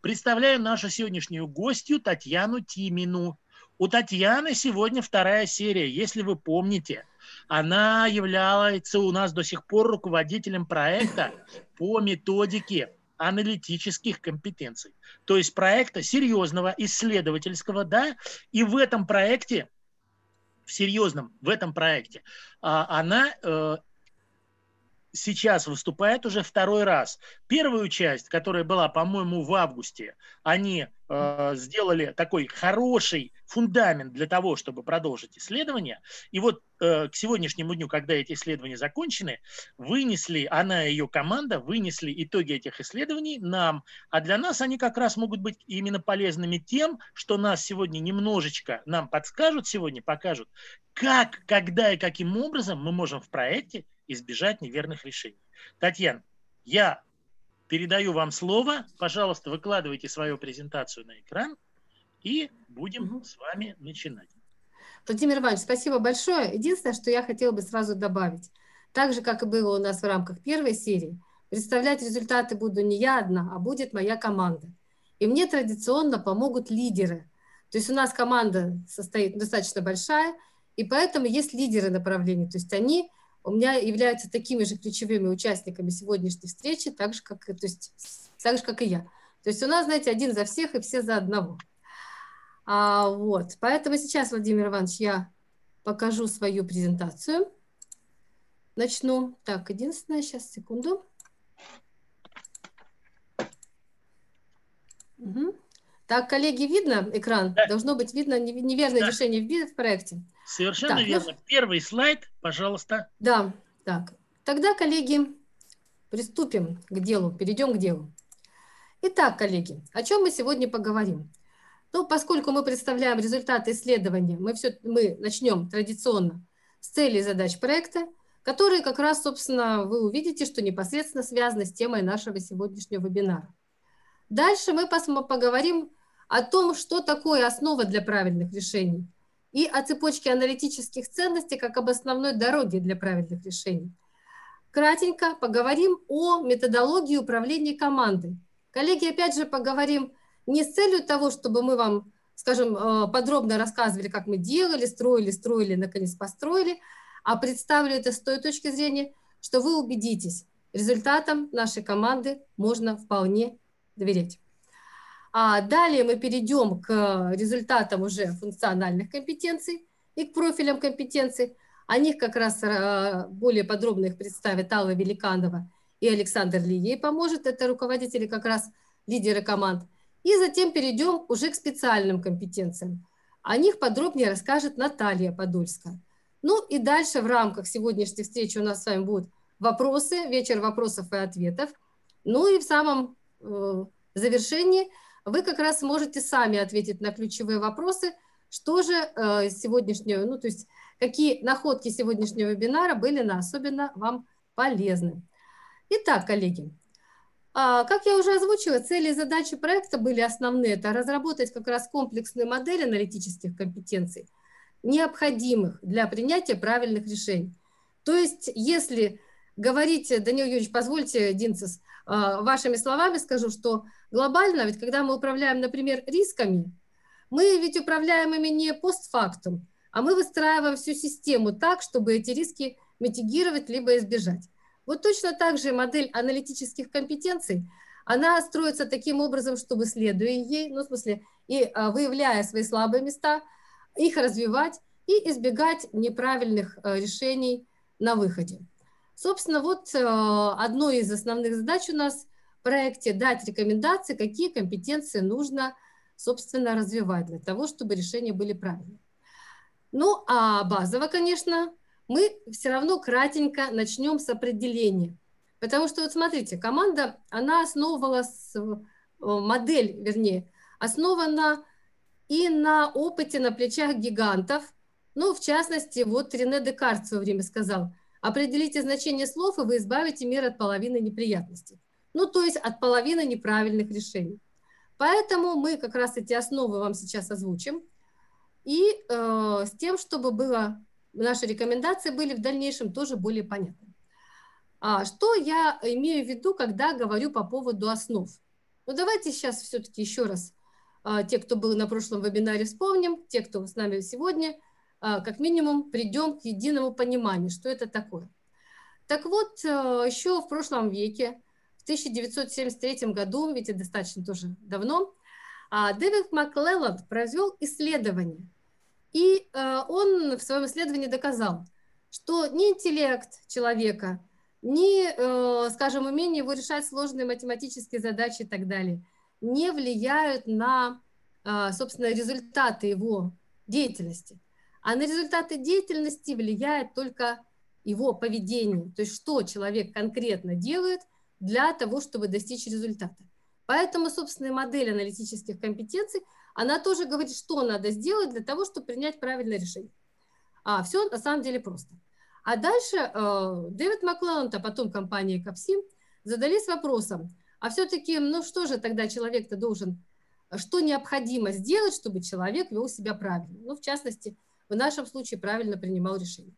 Представляю нашу сегодняшнюю гостью Татьяну Тимину. У Татьяны сегодня вторая серия. Если вы помните, она является у нас до сих пор руководителем проекта по методике аналитических компетенций. То есть проекта серьезного, исследовательского, да, и в этом проекте, в этом проекте она сейчас выступает уже второй раз. Первую часть, которая была, по-моему, в августе, они сделали такой хороший фундамент для того, чтобы продолжить исследования. И вот к сегодняшнему дню, когда эти исследования закончены, она и ее команда вынесли итоги этих исследований нам. А для нас они как раз могут быть именно полезными тем, что нас сегодня немножечко нам подскажут, сегодня покажут, как, когда и каким образом мы можем в проекте избежать неверных решений. Татьяна, я передаю вам слово. Пожалуйста, выкладывайте свою презентацию на экран, и будем с вами начинать. Владимир Иванович, спасибо большое. Единственное, что я хотела бы сразу добавить, так же, как и было у нас в рамках первой серии, представлять результаты буду не я одна, а будет моя команда. И мне традиционно помогут лидеры. То есть у нас команда состоит достаточно большая, и поэтому есть лидеры направлений. То есть они у меня являются такими же ключевыми участниками сегодняшней встречи, так же, как и я. То есть у нас, знаете, один за всех и все за одного. Вот. Поэтому сейчас, Владимир Иванович, я покажу свою презентацию. Начну. Так, единственное, сейчас, секунду. Угу. Так, коллеги, видно экран? Да. Должно быть видно неверное решение в проекте. Совершенно верно. Первый слайд, пожалуйста. Да, так. Тогда, коллеги, приступим к делу, перейдем к делу. Итак, коллеги, о чем мы сегодня поговорим? Ну, поскольку мы представляем результаты исследования, мы начнем традиционно с целей и задач проекта, которые как раз, собственно, вы увидите, что непосредственно связаны с темой нашего сегодняшнего вебинара. Дальше мы поговорим о том, что такое основа для правильных решений, и о цепочке аналитических ценностей как об основной дороге для правильных решений. Кратенько поговорим о методологии управления командой. Коллеги, опять же, поговорим не с целью того, чтобы мы вам, скажем, подробно рассказывали, как мы делали, строили, наконец построили, а представлю это с той точки зрения, что вы убедитесь, результатам нашей команды можно вполне доверять. А далее мы перейдем к результатам уже функциональных компетенций и к профилям компетенций. О них как раз более подробно их представят Алла Великанова и Александр Лией поможет. Это руководители, как раз лидеры команд. И затем перейдем уже к специальным компетенциям. О них подробнее расскажет Наталья Подольская. Ну и дальше в рамках сегодняшней встречи у нас с вами будут вопросы, вечер вопросов и ответов. Ну и в самом завершении вы как раз можете сами ответить на ключевые вопросы, что же сегодняшнего, ну то есть какие находки сегодняшнего вебинара были особенно вам полезны. Итак, коллеги, как я уже озвучила, цели и задачи проекта были основные. Это разработать как раз комплексную модель аналитических компетенций, необходимых для принятия правильных решений. То есть, если говорить, Даниил Юрьевич, позвольте, Динцес, вашими словами скажу, что глобально, ведь когда мы управляем, например, рисками, мы ведь управляем ими не постфактум, а мы выстраиваем всю систему так, чтобы эти риски митигировать либо избежать. Вот точно так же модель аналитических компетенций, она строится таким образом, чтобы, следуя ей, ну, в смысле, и выявляя свои слабые места, их развивать и избегать неправильных решений на выходе. Собственно, вот одной из основных задач у нас в проекте дать рекомендации, какие компетенции нужно, собственно, развивать для того, чтобы решения были правильными. Ну, а базово, конечно, мы все равно кратенько начнем с определения. Потому что, вот смотрите, команда, она основывалась, модель, вернее, основана и на опыте на плечах гигантов. Ну, в частности, вот Рене Декарт в свое время сказал: определите значение слов, и вы избавите мир от половины неприятностей. Ну, то есть от половины неправильных решений. Поэтому мы как раз эти основы вам сейчас озвучим. И с тем, чтобы наши рекомендации были в дальнейшем тоже более понятны. Что я имею в виду, когда говорю по поводу основ? Но давайте сейчас все-таки еще раз, те, кто был на прошлом вебинаре, вспомним, те, кто с нами сегодня, как минимум придем к единому пониманию, что это такое. Так вот, еще в прошлом веке, в 1973 году, ведь это достаточно тоже давно, Дэвид Маклелланд произвел исследование. И он в своем исследовании доказал, что ни интеллект человека, ни, скажем, умение его решать сложные математические задачи и так далее не влияют на, собственно, результаты его деятельности. А на результаты деятельности влияет только его поведение, то есть что человек конкретно делает для того, чтобы достичь результата. Поэтому, собственно, модель аналитических компетенций, она тоже говорит, что надо сделать для того, чтобы принять правильное решение. Все на самом деле просто. А дальше Дэвид Маклелланд, а потом компания Capsim задались вопросом, а все-таки, ну что же тогда человек-то должен, что необходимо сделать, чтобы человек вел себя правильно? Ну, в частности, в нашем случае правильно принимал решение.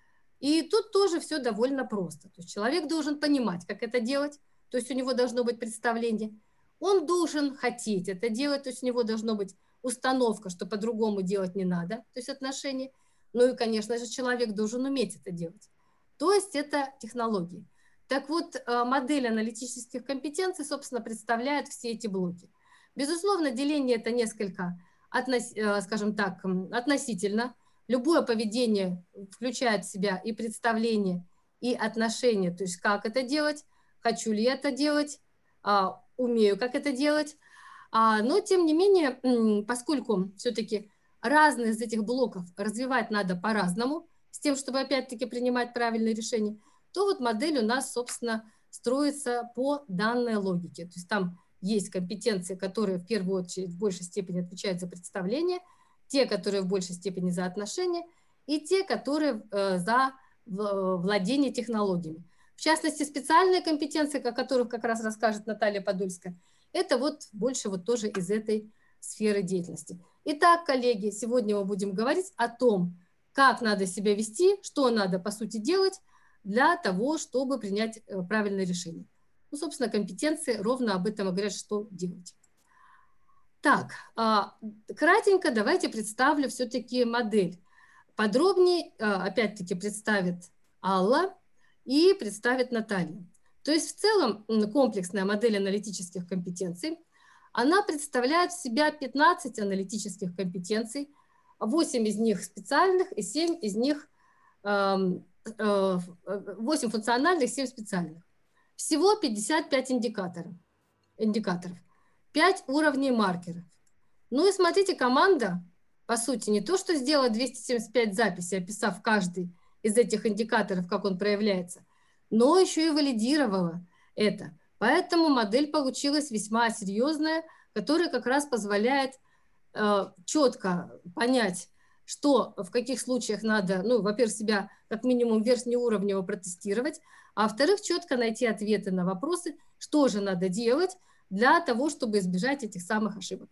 И тут тоже все довольно просто. То есть человек должен понимать, как это делать, то есть у него должно быть представление. Он должен хотеть это делать, то есть у него должно быть установка, что по-другому делать не надо, то есть отношения. Ну и, конечно же, человек должен уметь это делать. То есть это технологии. Так вот, модель аналитических компетенций, собственно, представляет все эти блоки. Безусловно, деление это несколько, скажем так, относительно. Любое поведение включает в себя и представление, и отношение, то есть как это делать, хочу ли это делать, умею как это делать. Но, тем не менее, поскольку все-таки разные из этих блоков развивать надо по-разному, с тем, чтобы опять-таки принимать правильные решения, то вот модель у нас, собственно, строится по данной логике. То есть там есть компетенции, которые в первую очередь в большей степени отвечают за представление, те, которые в большей степени за отношения, и те, которые за владение технологиями. В частности, специальные компетенции, о которых как раз расскажет Наталья Подольская, это вот больше вот тоже из этой сферы деятельности. Итак, коллеги, сегодня мы будем говорить о том, как надо себя вести, что надо, по сути, делать для того, чтобы принять правильное решение. Ну, собственно, компетенции ровно об этом и говорят, что делать. Так, кратенько давайте представлю все-таки модель. Подробнее, опять-таки, представит Алла и представит Наталья. То есть в целом комплексная модель аналитических компетенций, она представляет в себя 15 аналитических компетенций, 8 из них специальных и 7 из них, 8 функциональных, 7 специальных. Всего 55 индикаторов, 5 уровней маркеров. Ну и смотрите, команда, по сути, не то, что сделала 275 записей, описав каждый из этих индикаторов, как он проявляется, но еще и валидировала это. Поэтому модель получилась весьма серьезная, которая как раз позволяет четко понять, что в каких случаях надо, ну, во-первых, себя как минимум верхнеуровнево протестировать, а во-вторых, четко найти ответы на вопросы, что же надо делать для того, чтобы избежать этих самых ошибок.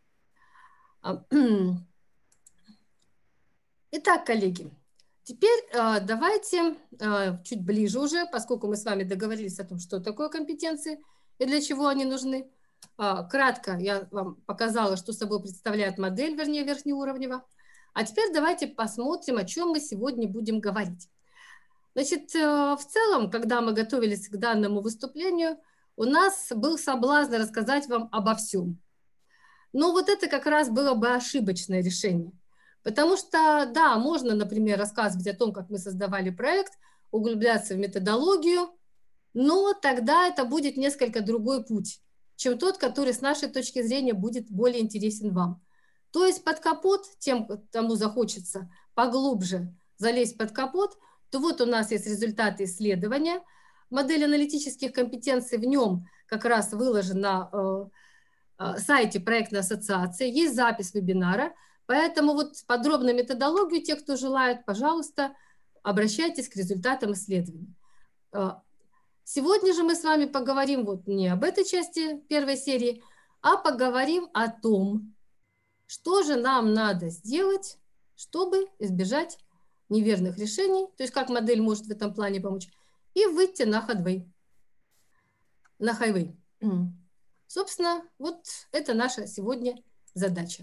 Итак, коллеги, теперь давайте чуть ближе уже, поскольку мы с вами договорились о том, что такое компетенции и для чего они нужны. Кратко я вам показала, что собой представляет модель, вернее, верхнеуровнево. А теперь давайте посмотрим, о чем мы сегодня будем говорить. Значит, в целом, когда мы готовились к данному выступлению, у нас был соблазн рассказать вам обо всем. Но вот это как раз было бы ошибочное решение. Потому что, да, можно, например, рассказывать о том, как мы создавали проект, углубляться в методологию, но тогда это будет несколько другой путь, чем тот, который с нашей точки зрения будет более интересен вам. То есть под капот, тем, кому захочется поглубже залезть под капот, то вот у нас есть результаты исследования. Модель аналитических компетенций в нем как раз выложен на сайте проектной ассоциации, есть запись вебинара, поэтому вот подробную методологию, те, кто желает, пожалуйста, обращайтесь к результатам исследований. Сегодня же мы с вами поговорим вот не об этой части первой серии, а поговорим о том, что же нам надо сделать, чтобы избежать неверных решений, то есть как модель может в этом плане помочь, и выйти на хайвей. Собственно, вот это наша сегодня задача.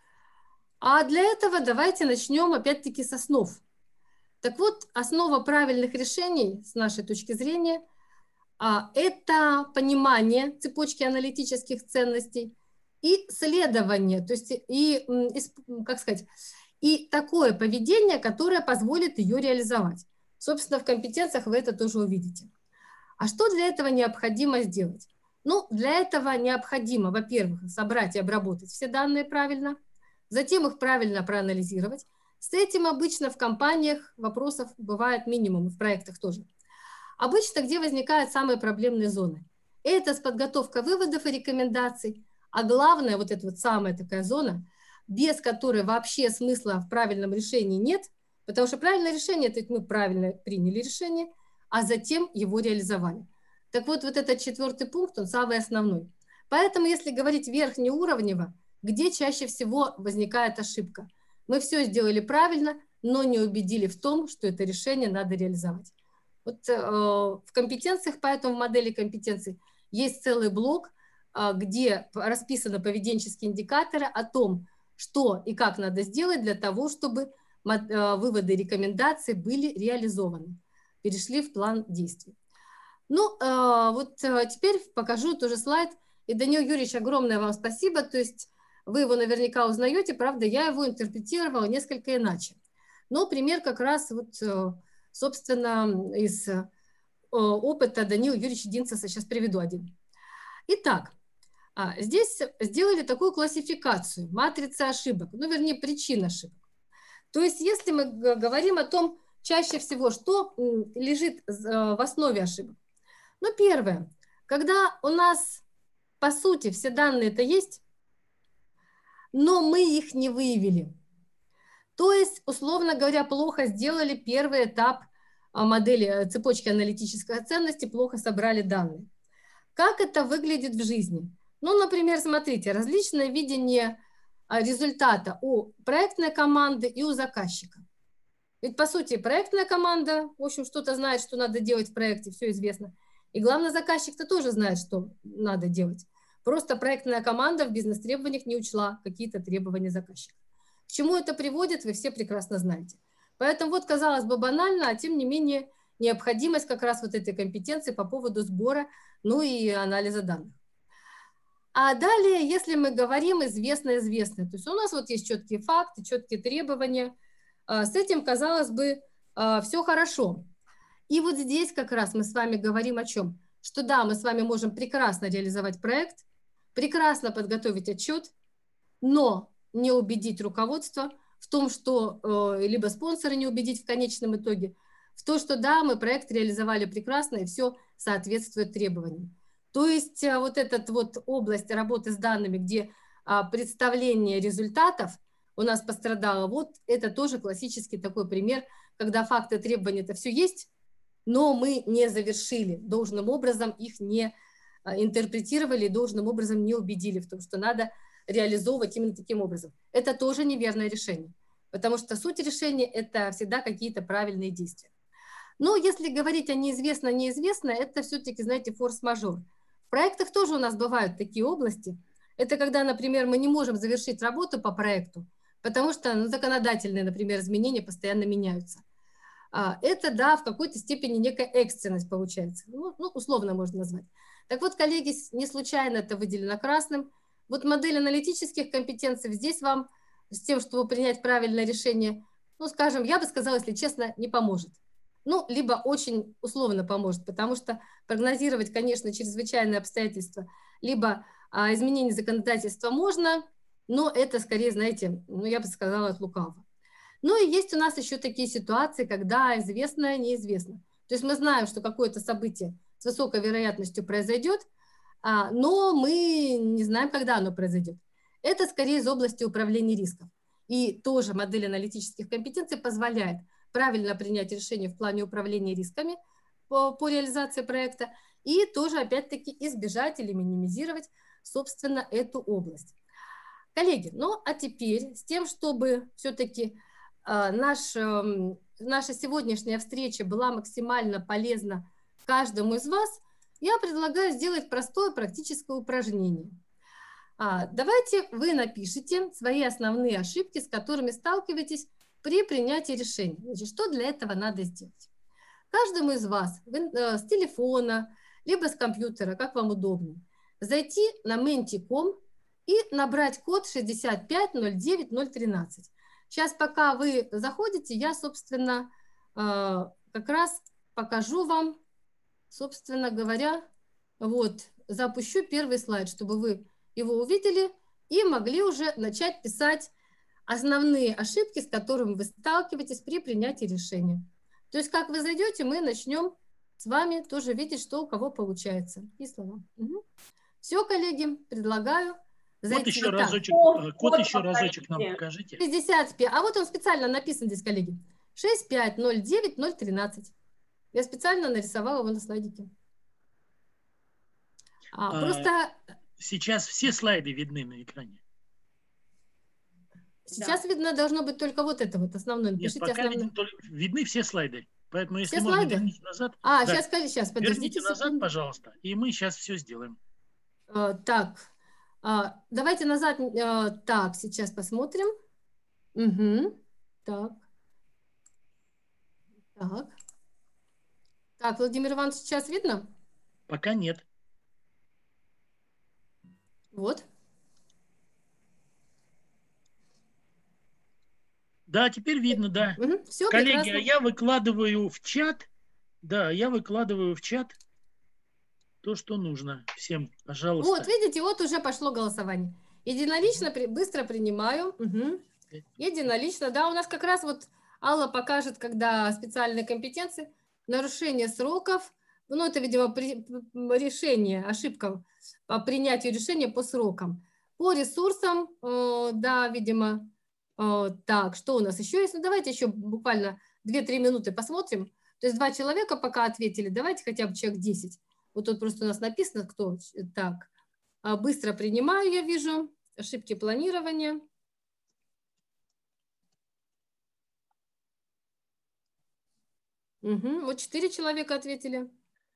А для этого давайте начнем опять-таки с основ. Так вот, основа правильных решений, с нашей точки зрения, это понимание цепочки аналитических ценностей и следование, то есть как сказать, и такое поведение, которое позволит ее реализовать. Собственно, в компетенциях вы это тоже увидите. А что для этого необходимо сделать? Ну, для этого необходимо, во-первых, собрать и обработать все данные правильно, затем их правильно проанализировать. С этим обычно в компаниях вопросов бывает минимум, и в проектах тоже. Обычно где возникают самые проблемные зоны? Это с подготовкой выводов и рекомендаций, а главное, вот эта вот самая такая зона, без которой вообще смысла в правильном решении нет, потому что правильное решение – это мы правильно приняли решение, а затем его реализовали. Так вот, вот этот 4-й пункт, он самый основной. Поэтому, если говорить верхнеуровнево, где чаще всего возникает ошибка? Мы все сделали правильно, но не убедили в том, что это решение надо реализовать. Вот в компетенциях, поэтому в модели компетенций есть целый блок, где расписаны поведенческие индикаторы о том, что и как надо сделать для того, чтобы выводы и рекомендации были реализованы, перешли в план действий. Ну, вот теперь покажу тоже слайд. И, Даниил Юрьевич, огромное вам спасибо. То есть вы его наверняка узнаете, правда, я его интерпретировала несколько иначе. Но пример как раз вот, собственно, из опыта Даниила Юрьевича Динцеса сейчас приведу один. Итак, здесь сделали такую классификацию матрицы ошибок, ну, вернее, причин ошибок. То есть если мы говорим о том, чаще всего, что лежит в основе ошибок. Ну, первое, когда у нас, по сути, все данные-то есть, но мы их не выявили. То есть, условно говоря, плохо сделали первый этап модели цепочки аналитической ценности, плохо собрали данные. Как это выглядит в жизни? Ну, например, смотрите, различное видение результата у проектной команды и у заказчика. Ведь, по сути, проектная команда, в общем, что-то знает, что надо делать в проекте, все известно. И главное, заказчик-то тоже знает, что надо делать. Просто проектная команда в бизнес-требованиях не учла какие-то требования заказчика. К чему это приводит, вы все прекрасно знаете. Поэтому вот, казалось бы, банально, а тем не менее необходимость как раз вот этой компетенции по поводу сбора, ну и анализа данных. А далее, если мы говорим известно-известно, то есть у нас вот есть четкие факты, четкие требования, с этим, казалось бы, все хорошо. И вот здесь как раз мы с вами говорим о чем? Что да, мы с вами можем прекрасно реализовать проект, прекрасно подготовить отчет, но не убедить руководство в том, что, либо спонсора не убедить в конечном итоге, в то, что да, мы проект реализовали прекрасно и все соответствует требованиям. То есть вот эта вот область работы с данными, где представление результатов у нас пострадало, вот это тоже классический такой пример, когда факты и требования это все есть, но мы не завершили должным образом, их не интерпретировали, должным образом не убедили в том, что надо реализовывать именно таким образом. Это тоже неверное решение, потому что суть решения – это всегда какие-то правильные действия. Но если говорить о неизвестно, это все-таки, знаете, форс-мажор. В проектах тоже у нас бывают такие области. Это когда, например, мы не можем завершить работу по проекту, потому что законодательные, например, изменения постоянно меняются. Это, да, в какой-то степени некая экстренность получается. Ну, условно можно назвать. Так вот, коллеги, не случайно это выделено красным. Вот модель аналитических компетенций здесь вам с тем, чтобы принять правильное решение, ну, скажем, я бы сказала, если честно, не поможет. Ну, либо очень условно поможет, потому что прогнозировать, конечно, чрезвычайные обстоятельства, либо изменение законодательства можно, но это скорее, знаете, ну, я бы сказала, от лукавого. Ну и есть у нас еще такие ситуации, когда известно, неизвестно. То есть мы знаем, что какое-то событие с высокой вероятностью произойдет, но мы не знаем, когда оно произойдет. Это скорее из области управления рисков. И тоже модель аналитических компетенций позволяет правильно принять решение в плане управления рисками по реализации проекта и тоже, опять-таки, избежать или минимизировать, собственно, эту область. Коллеги, ну а теперь с тем, чтобы все-таки наша сегодняшняя встреча была максимально полезна каждому из вас, я предлагаю сделать простое практическое упражнение. Давайте вы напишите свои основные ошибки, с которыми сталкиваетесь при принятии решений. Значит, что для этого надо сделать? Каждому из вас с телефона, либо с компьютера, как вам удобно, зайти на menti.com и набрать код 6509013. Сейчас, пока вы заходите, я, собственно, как раз покажу вам, собственно говоря, вот, запущу первый слайд, чтобы вы его увидели и могли уже начать писать основные ошибки, с которыми вы сталкиваетесь при принятии решения. То есть, как вы зайдете, мы начнем с вами тоже видеть, что у кого получается. И слова. Угу. Все, коллеги, предлагаю зайти. Код еще разочек нам покажите. 65. А вот он специально написан здесь, коллеги. 6509013. Я специально нарисовала его на слайдике. Просто... Сейчас все слайды видны на экране. Сейчас видно должно быть только вот это вот основное. Нет, пока видны все слайды. Поэтому если все можно, слайды? верните назад. Сейчас, подождите. Верните назад, пожалуйста, и мы сейчас все сделаем. Так, давайте назад. Так, сейчас посмотрим. Угу. Так. Так, Владимир Иванович, сейчас видно? Пока нет. Вот. Да, теперь видно, да. Угу. Все, коллеги, прекрасно. я выкладываю в чат. Да, я выкладываю в чат то, что нужно. Всем, пожалуйста. Вот, видите, вот уже пошло голосование. Единолично, быстро принимаю. Угу. Единолично, да, у нас как раз вот Алла покажет, когда специальные компетенции, нарушение сроков, ну, это, видимо, решение, ошибка по принятию решения по срокам. По ресурсам, да, видимо, так, что у нас еще есть? Ну, давайте еще буквально 2-3 минуты посмотрим. То есть 2 человека пока ответили, давайте хотя бы человек 10. Вот тут просто у нас написано, кто. Так, быстро принимаю, я вижу, ошибки планирования. Угу, вот 4 человека ответили.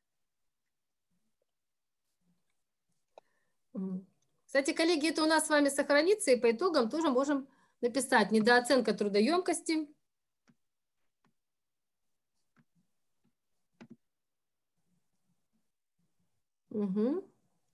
Кстати, коллеги, это у нас с вами сохранится, и по итогам тоже можем написать недооценка трудоемкости. Угу.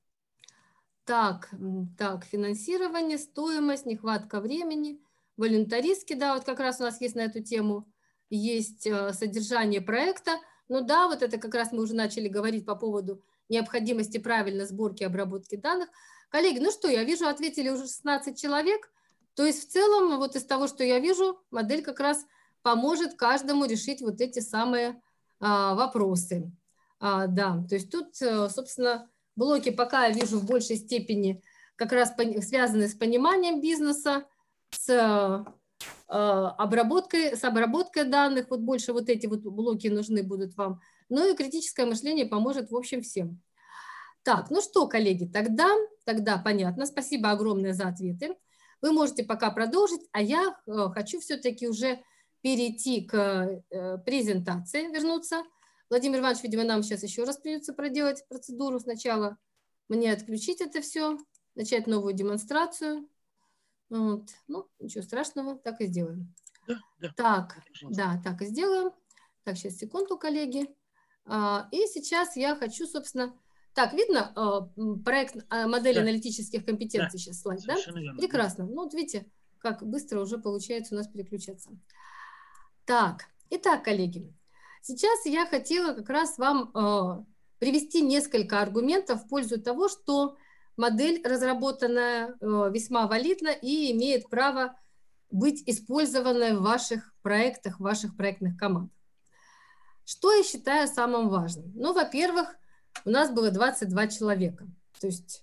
Так, финансирование, стоимость, нехватка времени, волюнтаристки, да, вот как раз у нас есть на эту тему, есть содержание проекта. Ну да, вот это как раз мы уже начали говорить по поводу необходимости правильной сборки и обработки данных. Коллеги, ну что, я вижу, ответили уже 16 человек. То есть в целом, вот из того, что я вижу, модель как раз поможет каждому решить вот эти самые вопросы. Да, то есть тут, собственно, блоки пока я вижу в большей степени как раз связаны с пониманием бизнеса, с обработкой данных. Вот больше вот эти вот блоки нужны будут вам. Ну и критическое мышление поможет, в общем, всем. Так, ну что, коллеги, тогда понятно. Спасибо огромное за ответы. Вы можете пока продолжить, а я хочу все-таки уже перейти к презентации, вернуться. Владимир Иванович, видимо, нам сейчас еще раз придется проделать процедуру. Сначала мне отключить это все, начать новую демонстрацию. Вот. Ну, ничего страшного, так и сделаем. Так и сделаем. Так, сейчас, секунду, коллеги. И сейчас я хочу, собственно... Так, видно проект модели аналитических компетенций, сейчас слайд, да? Прекрасно. Ну, вот видите, как быстро уже получается у нас переключаться. Так, итак, коллеги, сейчас я хотела как раз вам привести несколько аргументов в пользу того, что модель разработанная весьма валидна и имеет право быть использованной в ваших проектах, в ваших проектных командах. Что я считаю самым важным? Ну, во-первых, у нас было 22 человека. То есть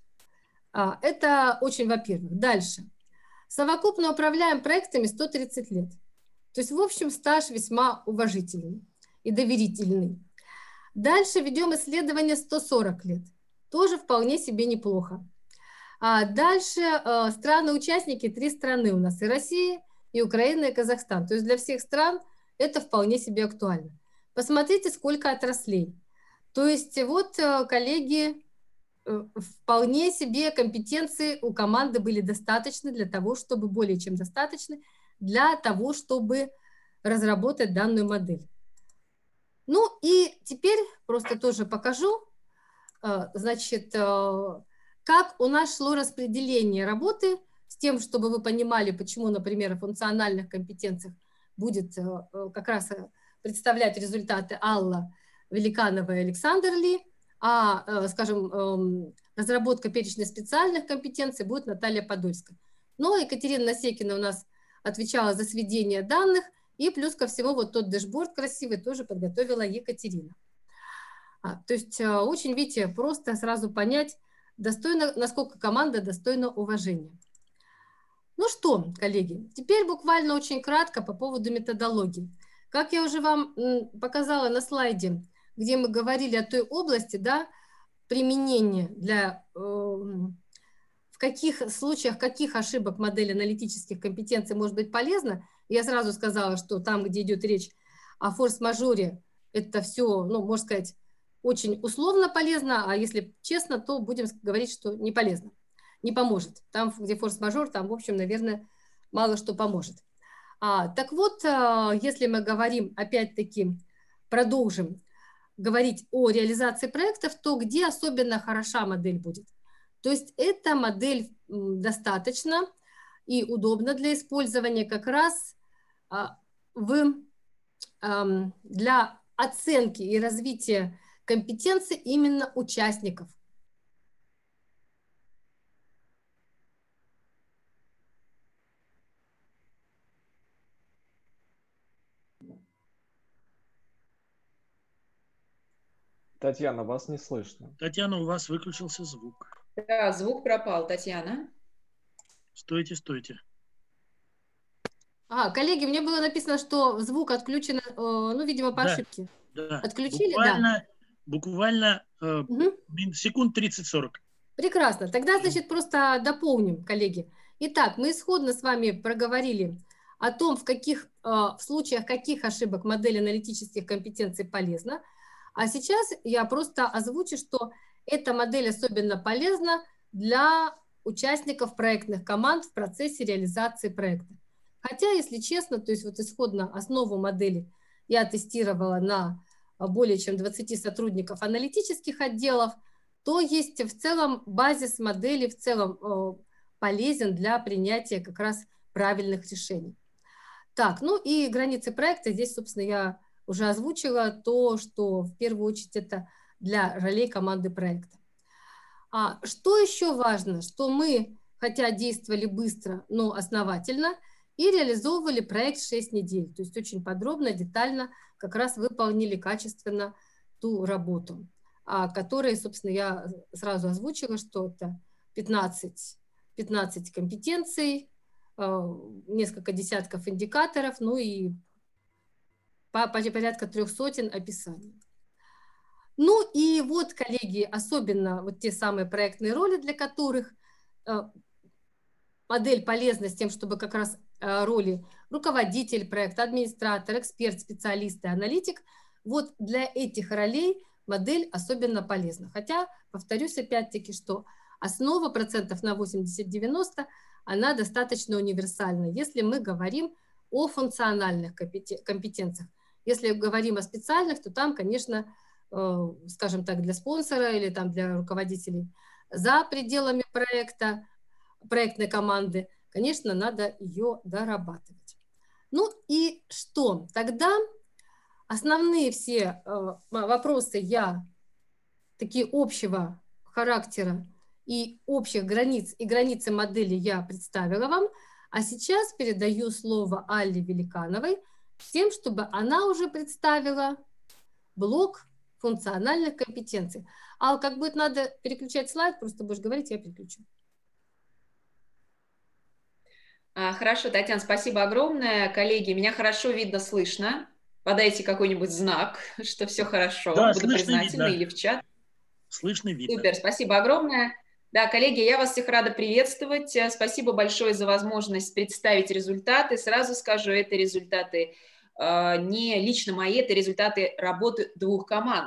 это очень, во-первых. Дальше. Совокупно управляем проектами 130 лет. То есть, в общем, стаж весьма уважительный и доверительный. Дальше ведем исследование 140 лет. Тоже вполне себе неплохо. Дальше страны-участники, 3 страны у нас. И Россия, и Украина, и Казахстан. То есть для всех стран это вполне себе актуально. Посмотрите, сколько отраслей. То есть вот, коллеги, вполне себе компетенции у команды были достаточны для того, чтобы, более чем достаточны, для того, чтобы разработать данную модель. Ну и теперь просто тоже покажу, значит, как у нас шло распределение работы с тем, чтобы вы понимали, почему, например, в функциональных компетенциях будет как раз представлять результаты Алла Великанова и Александр Ли, а, скажем, разработка перечня специальных компетенций будет Наталья Подольская. Но Екатерина Насекина у нас отвечала за сведение данных, и плюс ко всему вот тот дэшборд красивый тоже подготовила Екатерина. То есть очень, видите, просто сразу понять, насколько команда достойна уважения. Ну что, коллеги, теперь буквально очень кратко по поводу методологии. Как я уже вам показала на слайде, где мы говорили о той области, да, применения в каких случаях, каких ошибок модели аналитических компетенций может быть полезно, я сразу сказала, что там, где идет речь о форс-мажоре, это все, ну, можно сказать, очень условно полезно, а если честно, то будем говорить, что не полезно, не поможет. Там, где форс-мажор, там, в общем, наверное, мало что поможет. Так вот, если мы говорим, опять-таки, продолжим говорить о реализации проектов, то где особенно хороша модель будет? То есть эта модель достаточно и удобна для использования как раз для оценки и развития компетенций именно участников. Татьяна, вас не слышно. Татьяна, у вас выключился звук. Да, звук пропал, Татьяна. Стойте, стойте. Коллеги, мне было написано, что звук отключен, ну, видимо, по ошибке. Да. Отключили? Буквально секунд 30-40. Прекрасно. Тогда, значит, просто дополним, коллеги. Итак, мы исходно с вами проговорили о том, в случаях каких ошибок модель аналитических компетенций полезна. А сейчас я просто озвучу, что эта модель особенно полезна для участников проектных команд в процессе реализации проекта. Хотя, если честно, то есть вот исходно основу модели я тестировала на более чем 20 сотрудников аналитических отделов, то есть в целом базис модели в целом полезен для принятия как раз правильных решений. Так, ну и границы проекта здесь, собственно, я уже озвучила то, что в первую очередь это для ролей команды проекта. Что еще важно, что мы, хотя действовали быстро, но основательно, и реализовывали проект 6 недель, то есть очень подробно, детально как раз выполнили качественно ту работу, которая, собственно, я сразу озвучила, что это 15 компетенций, несколько десятков индикаторов, ну и порядка 300 описаний. Ну и вот, коллеги, особенно вот те самые проектные роли, для которых модель полезна с тем, чтобы как раз роли руководитель проекта, администратор, эксперт, специалист и аналитик, вот для этих ролей модель особенно полезна. Хотя, повторюсь опять-таки, что основа процентов на 80-90, она достаточно универсальна, если мы говорим о функциональных компетенциях. Если говорим о специальных, то там, конечно, скажем так, для спонсора или там для руководителей за пределами проекта, проектной команды, конечно, надо ее дорабатывать. Ну и что? Тогда основные все вопросы я такие общего характера и общих границ и границы модели я представила вам, а сейчас передаю слово Алле Великановой с тем, чтобы она уже представила блок функциональных компетенций. Ал, как будет надо переключать слайд, просто будешь говорить, я переключу. Хорошо, Татьяна, спасибо огромное. Коллеги, меня хорошо видно, слышно. Подайте какой-нибудь знак, что все хорошо. Да, буду признательна, или в чат. Слышно, видно. Супер, спасибо огромное. Да, коллеги, я вас всех рада приветствовать. Спасибо большое за возможность представить результаты. Сразу скажу, это результаты не лично мои, это результаты работы двух команд.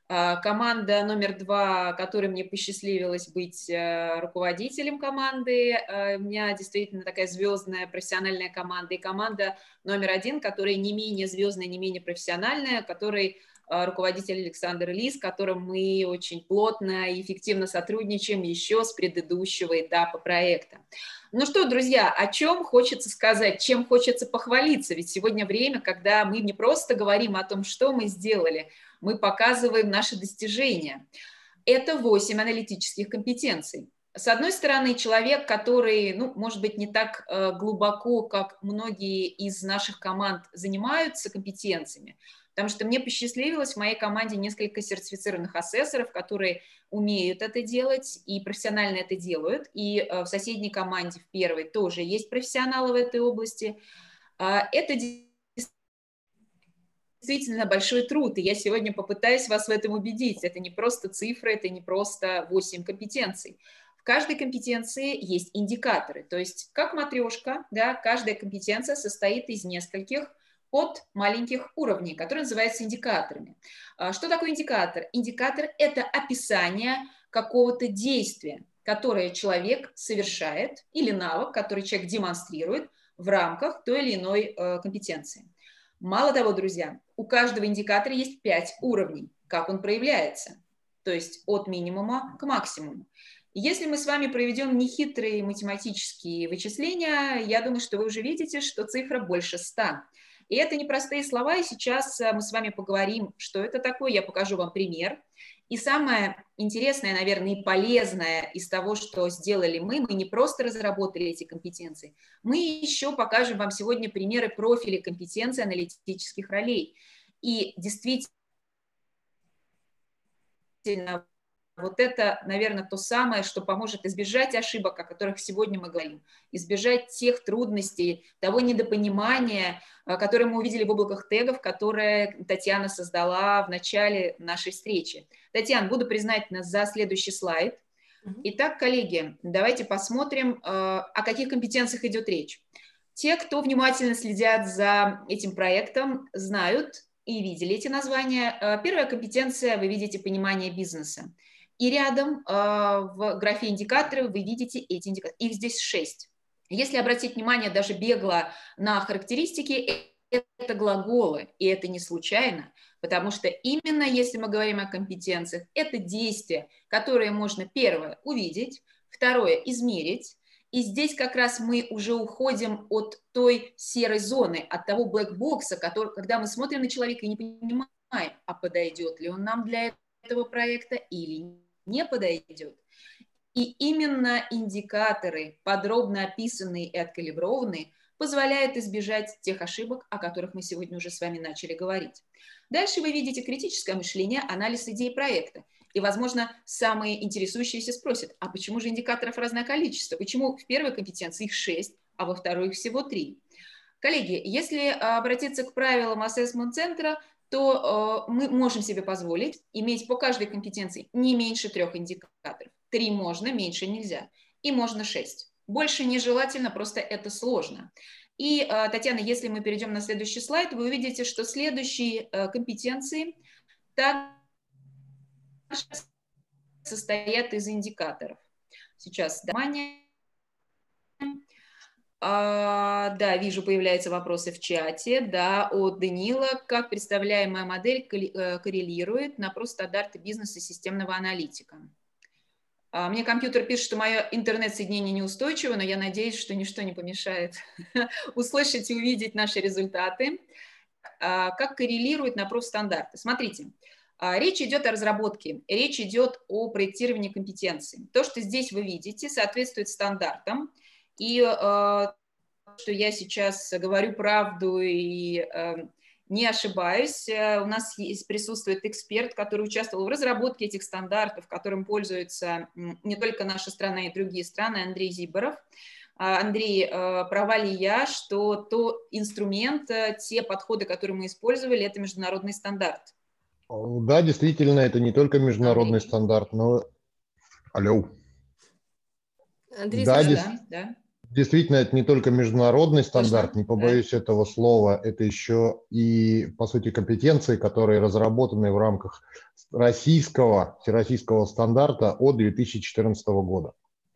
Команда номер 2, которой мне посчастливилось быть руководителем команды, у меня действительно такая звездная профессиональная команда, и команда номер 1, которая не менее звездная, не менее профессиональная, которой руководитель Александр Ли, с которым мы очень плотно и эффективно сотрудничаем еще с предыдущего этапа проекта. Ну что, друзья, о чем хочется сказать, чем хочется похвалиться? Ведь сегодня время, когда мы не просто говорим о том, что мы сделали, мы показываем наши достижения. Это 8 аналитических компетенций. С одной стороны, человек, который, ну, может быть, не так глубоко, как многие из наших команд занимаются компетенциями, потому что мне посчастливилось в моей команде несколько сертифицированных асессоров, которые умеют это делать и профессионально это делают. И в соседней команде, в первой, тоже есть профессионалы в этой области. Это действительно большой труд, и я сегодня попытаюсь вас в этом убедить. Это не просто цифры, это не просто 8 компетенций. В каждой компетенции есть индикаторы, то есть как матрешка, да, каждая компетенция состоит из нескольких от маленьких уровней, которые называются индикаторами. Что такое индикатор? Индикатор – это описание какого-то действия, которое человек совершает, или навык, который человек демонстрирует в рамках той или иной компетенции. Мало того, друзья, у каждого индикатора есть 5 уровней, как он проявляется, то есть от минимума к максимуму. Если мы с вами проведем нехитрые математические вычисления, я думаю, что вы уже видите, что цифра больше 100. И это непростые слова, и сейчас мы с вами поговорим, что это такое, я покажу вам пример. И самое интересное, наверное, и полезное из того, что сделали мы не просто разработали эти компетенции, мы еще покажем вам сегодня примеры профилей компетенций аналитических ролей. И действительно, вот это, наверное, то самое, что поможет избежать ошибок, о которых сегодня мы говорим, избежать тех трудностей, того недопонимания, которое мы увидели в облаках тегов, которые Татьяна создала в начале нашей встречи. Татьяна, буду признательна за следующий слайд. Итак, коллеги, давайте посмотрим, о каких компетенциях идет речь. Те, кто внимательно следят за этим проектом, знают и видели эти названия. Первая компетенция, вы видите понимание бизнеса. И рядом в графе индикаторы вы видите эти индикаторы. Их здесь 6. Если обратить внимание даже бегло на характеристики, это глаголы, и это не случайно, потому что именно если мы говорим о компетенциях, это действия, которые можно, первое, увидеть, второе, измерить. И здесь как раз мы уже уходим от той серой зоны, от того блэкбокса, когда мы смотрим на человека и не понимаем, а подойдет ли он нам для этого проекта или не подойдет. И именно индикаторы, подробно описанные и откалиброванные, позволяют избежать тех ошибок, о которых мы сегодня уже с вами начали говорить. Дальше вы видите критическое мышление, анализ идей проекта. И, возможно, самые интересующиеся спросят, а почему же индикаторов разное количество? Почему в первой компетенции их 6, а во второй их всего 3? Коллеги, если обратиться к правилам ассессмент-центра, то мы можем себе позволить иметь по каждой компетенции не меньше 3 индикаторов. 3 можно, меньше нельзя. И можно 6. Больше нежелательно, просто это сложно. И, Татьяна, если мы перейдем на следующий слайд, вы увидите, что следующие компетенции также состоят из индикаторов. Сейчас, внимание. Да, вижу, появляются вопросы в чате. Да, от Данила. Как представляемая модель коррелирует на профстандарты бизнеса и системного аналитика? Мне компьютер пишет, что мое интернет-соединение неустойчиво, но я надеюсь, что ничто не помешает услышать и увидеть наши результаты. Как коррелирует на профстандарты? Смотрите, речь идет о разработке, речь идет о проектировании компетенций. То, что здесь вы видите, соответствует стандартам. И что я сейчас говорю правду и не ошибаюсь, у нас присутствует эксперт, который участвовал в разработке этих стандартов, которым пользуется не только наша страна и другие страны, Андрей Зиборов. Андрей, права ли я, что тот инструмент, те подходы, которые мы использовали, это международный стандарт? Да, действительно, это не только международный стандарт, но... Алло. Андрей, Да, слышно? Да. действительно, это не только международный стандарт, Точно? не побоюсь этого слова, это еще и, по сути, компетенции, которые разработаны в рамках всероссийского стандарта от 2014 года.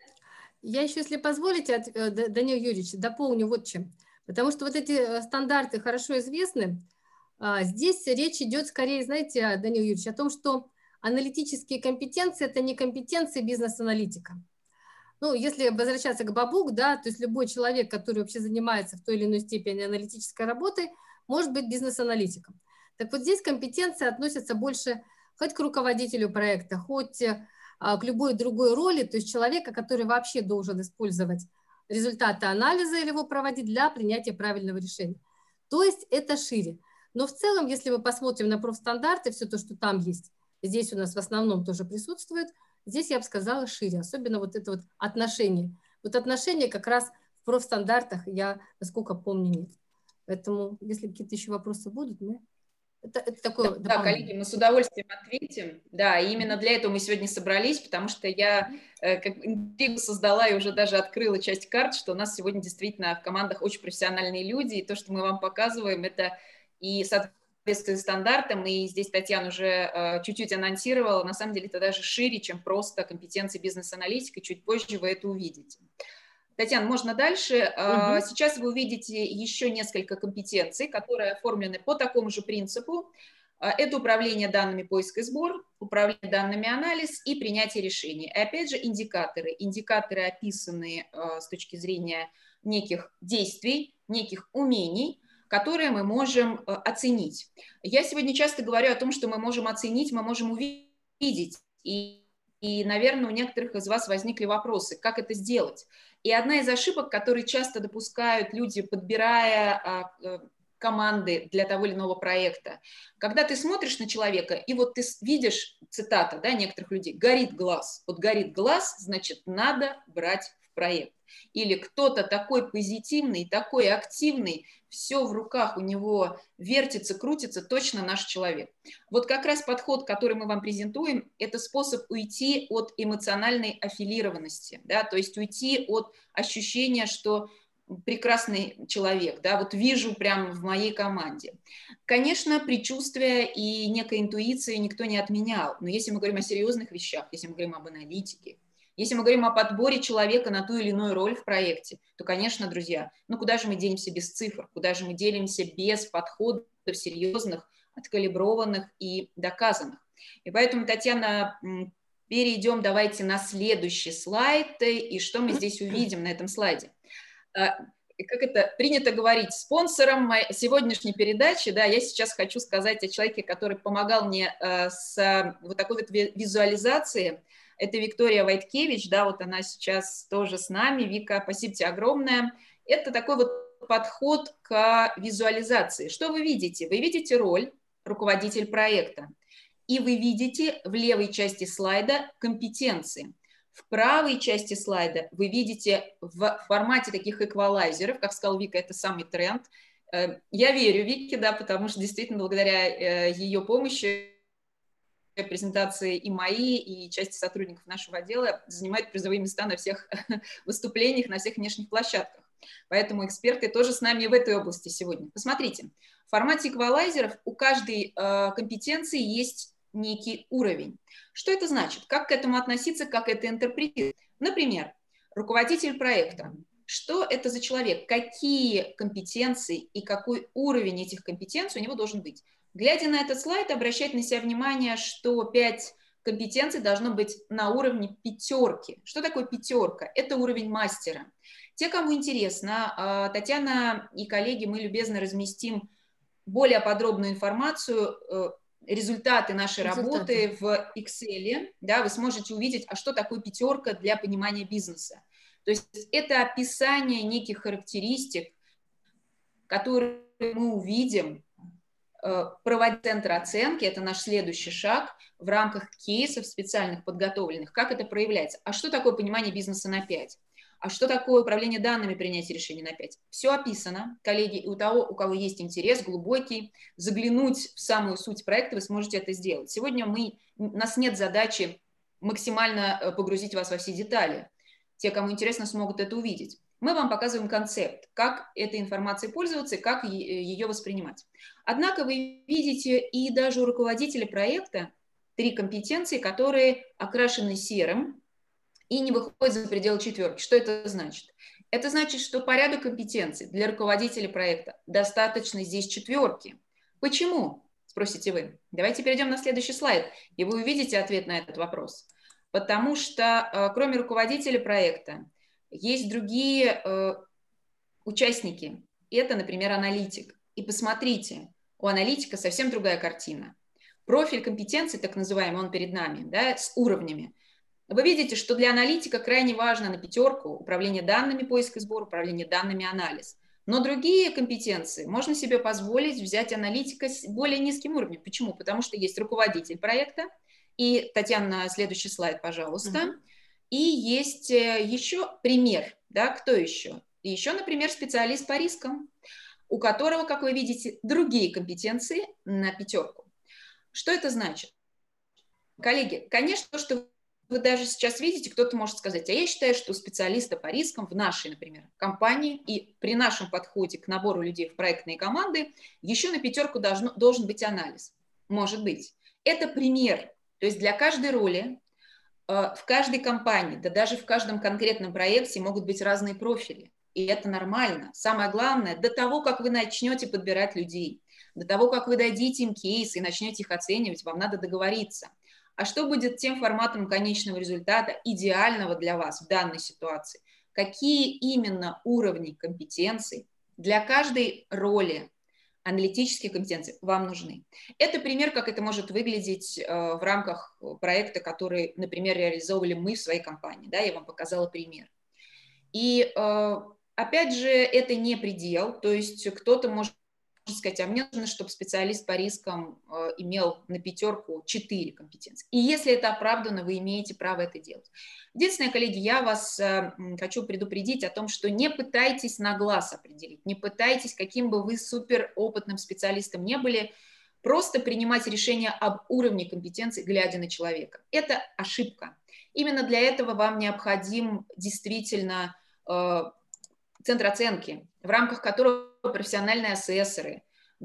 Я еще, если позволите, Данил Юрьевич, дополню вот чем. Потому что вот эти стандарты хорошо известны. Здесь речь идет скорее, знаете, Данил Юрьевич, о том, что аналитические компетенции – это не компетенции бизнес-аналитика. Ну, если возвращаться к Бабук, да, то есть любой человек, который вообще занимается в той или иной степени аналитической работой, может быть бизнес-аналитиком. Так вот здесь компетенции относятся больше хоть к руководителю проекта, хоть к любой другой роли, то есть человека, который вообще должен использовать результаты анализа или его проводить для принятия правильного решения. То есть это шире. Но в целом, если мы посмотрим на профстандарты, все то, что там есть, здесь у нас в основном тоже присутствует, здесь я бы сказала шире, особенно вот это вот отношение. Вот отношения как раз в профстандартах я, насколько помню, нет. Поэтому, если какие-то еще вопросы будут, это такое Да, коллеги, мы с удовольствием ответим. Да, и именно для этого мы сегодня собрались, потому что я как интригу создала и уже даже открыла часть карт, что у нас сегодня действительно в командах очень профессиональные люди, и то, что мы вам показываем, это и соответствует стандартам, и здесь Татьяна уже чуть-чуть анонсировала, на самом деле это даже шире, чем просто компетенции бизнес-аналитика, чуть позже вы это увидите. Татьяна, можно дальше. Сейчас вы увидите еще несколько компетенций, которые оформлены по такому же принципу. Это управление данными, поиск и сбор, управление данными, анализ и принятие решений. И опять же индикаторы. Индикаторы описаны с точки зрения неких действий, неких умений, которые мы можем оценить. Я сегодня часто говорю о том, что мы можем оценить, мы можем увидеть. И, наверное, у некоторых из вас возникли вопросы, как это сделать. И одна из ошибок, которые часто допускают люди, подбирая команды для того или иного проекта, когда ты смотришь на человека, и вот ты видишь, цитата, да, некоторых людей, горит глаз. Вот горит глаз, значит, надо брать в проект. Или кто-то такой позитивный, такой активный, все в руках у него вертится, крутится, точно наш человек. Вот как раз подход, который мы вам презентуем, это способ уйти от эмоциональной аффилированности, да, то есть уйти от ощущения, что прекрасный человек, да, вот вижу прямо в моей команде. Конечно, предчувствие и некая интуиция никто не отменял, но если мы говорим о серьезных вещах, если мы говорим об аналитике, если мы говорим о подборе человека на ту или иную роль в проекте, то, конечно, друзья, ну куда же мы денемся без цифр, куда же мы делимся без подходов серьезных, откалиброванных и доказанных. И поэтому, Татьяна, перейдем давайте на следующий слайд, и что мы здесь увидим на этом слайде. Как это принято говорить, спонсором сегодняшней передачи, да, я сейчас хочу сказать о человеке, который помогал мне с вот такой вот визуализацией. Это Виктория Вайткевич, да, вот она сейчас тоже с нами. Вика, спасибо тебе огромное. Это такой вот подход к визуализации. Что вы видите? Вы видите роль руководитель проекта, и вы видите в левой части слайда компетенции. В правой части слайда вы видите в формате таких эквалайзеров, как сказал Вика, это самый тренд. Я верю Вике, да, потому что действительно благодаря ее помощи презентации и мои, и части сотрудников нашего отдела занимают призовые места на всех выступлениях, на всех внешних площадках. Поэтому эксперты тоже с нами в этой области сегодня. Посмотрите, в формате эквалайзеров у каждой компетенции есть некий уровень. Что это значит? Как к этому относиться, как это интерпретировать? Например, руководитель проекта. Что это за человек? Какие компетенции и какой уровень этих компетенций у него должен быть? Глядя на этот слайд, обращать на себя внимание, что 5 компетенций должно быть на уровне 5. Что такое 5? Это уровень мастера. Те, кому интересно, Татьяна и коллеги, мы любезно разместим более подробную информацию, результаты нашей работы в Excel, да, вы сможете увидеть, а что такое 5 для понимания бизнеса. То есть это описание неких характеристик, которые мы увидим, проводить центр оценки, это наш следующий шаг в рамках кейсов специальных подготовленных. Как это проявляется? А что такое понимание бизнеса на 5? А что такое управление данными, принятие решений на 5? Все описано, коллеги, и у того, у кого есть интерес глубокий, заглянуть в самую суть проекта, вы сможете это сделать. Сегодня у нас нет задачи максимально погрузить вас во все детали. Те, кому интересно, смогут это увидеть. Мы вам показываем концепт, как этой информацией пользоваться и как ее воспринимать. Однако вы видите и даже у руководителя проекта 3 компетенции, которые окрашены серым и не выходят за пределы 4. Что это значит? Это значит, что по ряду компетенций для руководителя проекта достаточно здесь 4. Почему? Спросите вы. Давайте перейдем на следующий слайд, и вы увидите ответ на этот вопрос. Потому что кроме руководителя проекта есть другие участники. Это, например, аналитик. И посмотрите, у аналитика совсем другая картина. Профиль компетенций, так называемый, он перед нами, да, с уровнями. Вы видите, что для аналитика крайне важно на 5 управление данными, поиск и сбор, управление данными, анализ. Но другие компетенции можно себе позволить взять аналитика с более низким уровнем. Почему? Потому что есть руководитель проекта, и, Татьяна, следующий слайд, пожалуйста. И есть еще пример, да, кто еще? Еще, например, специалист по рискам, у которого, как вы видите, другие компетенции на 5. Что это значит? Коллеги, конечно, то, что вы даже сейчас видите, кто-то может сказать, а я считаю, что у специалиста по рискам в нашей, например, компании и при нашем подходе к набору людей в проектные команды еще на 5 должен быть анализ. Может быть. Это пример. То есть для каждой роли, в каждой компании, да даже в каждом конкретном проекте могут быть разные профили. И это нормально. Самое главное, до того, как вы начнете подбирать людей, до того, как вы дадите им кейсы и начнете их оценивать, вам надо договориться. А что будет тем форматом конечного результата, идеального для вас в данной ситуации? Какие именно уровни компетенций для каждой роли, аналитические компетенции вам нужны? Это пример, как это может выглядеть в рамках проекта, который, например, реализовывали мы в своей компании. Да, я вам показала пример. И опять же, это не предел, то есть кто-то может сказать, а мне нужно, чтобы специалист по рискам имел на 5 4 компетенции. И если это оправдано, вы имеете право это делать. Единственное, коллеги, я вас хочу предупредить о том, что не пытайтесь на глаз определить, не пытайтесь, каким бы вы суперопытным специалистом не были, просто принимать решение об уровне компетенции, глядя на человека. Это ошибка. Именно для этого вам необходим действительно центр оценки, в рамках которого профессиональные асессоры,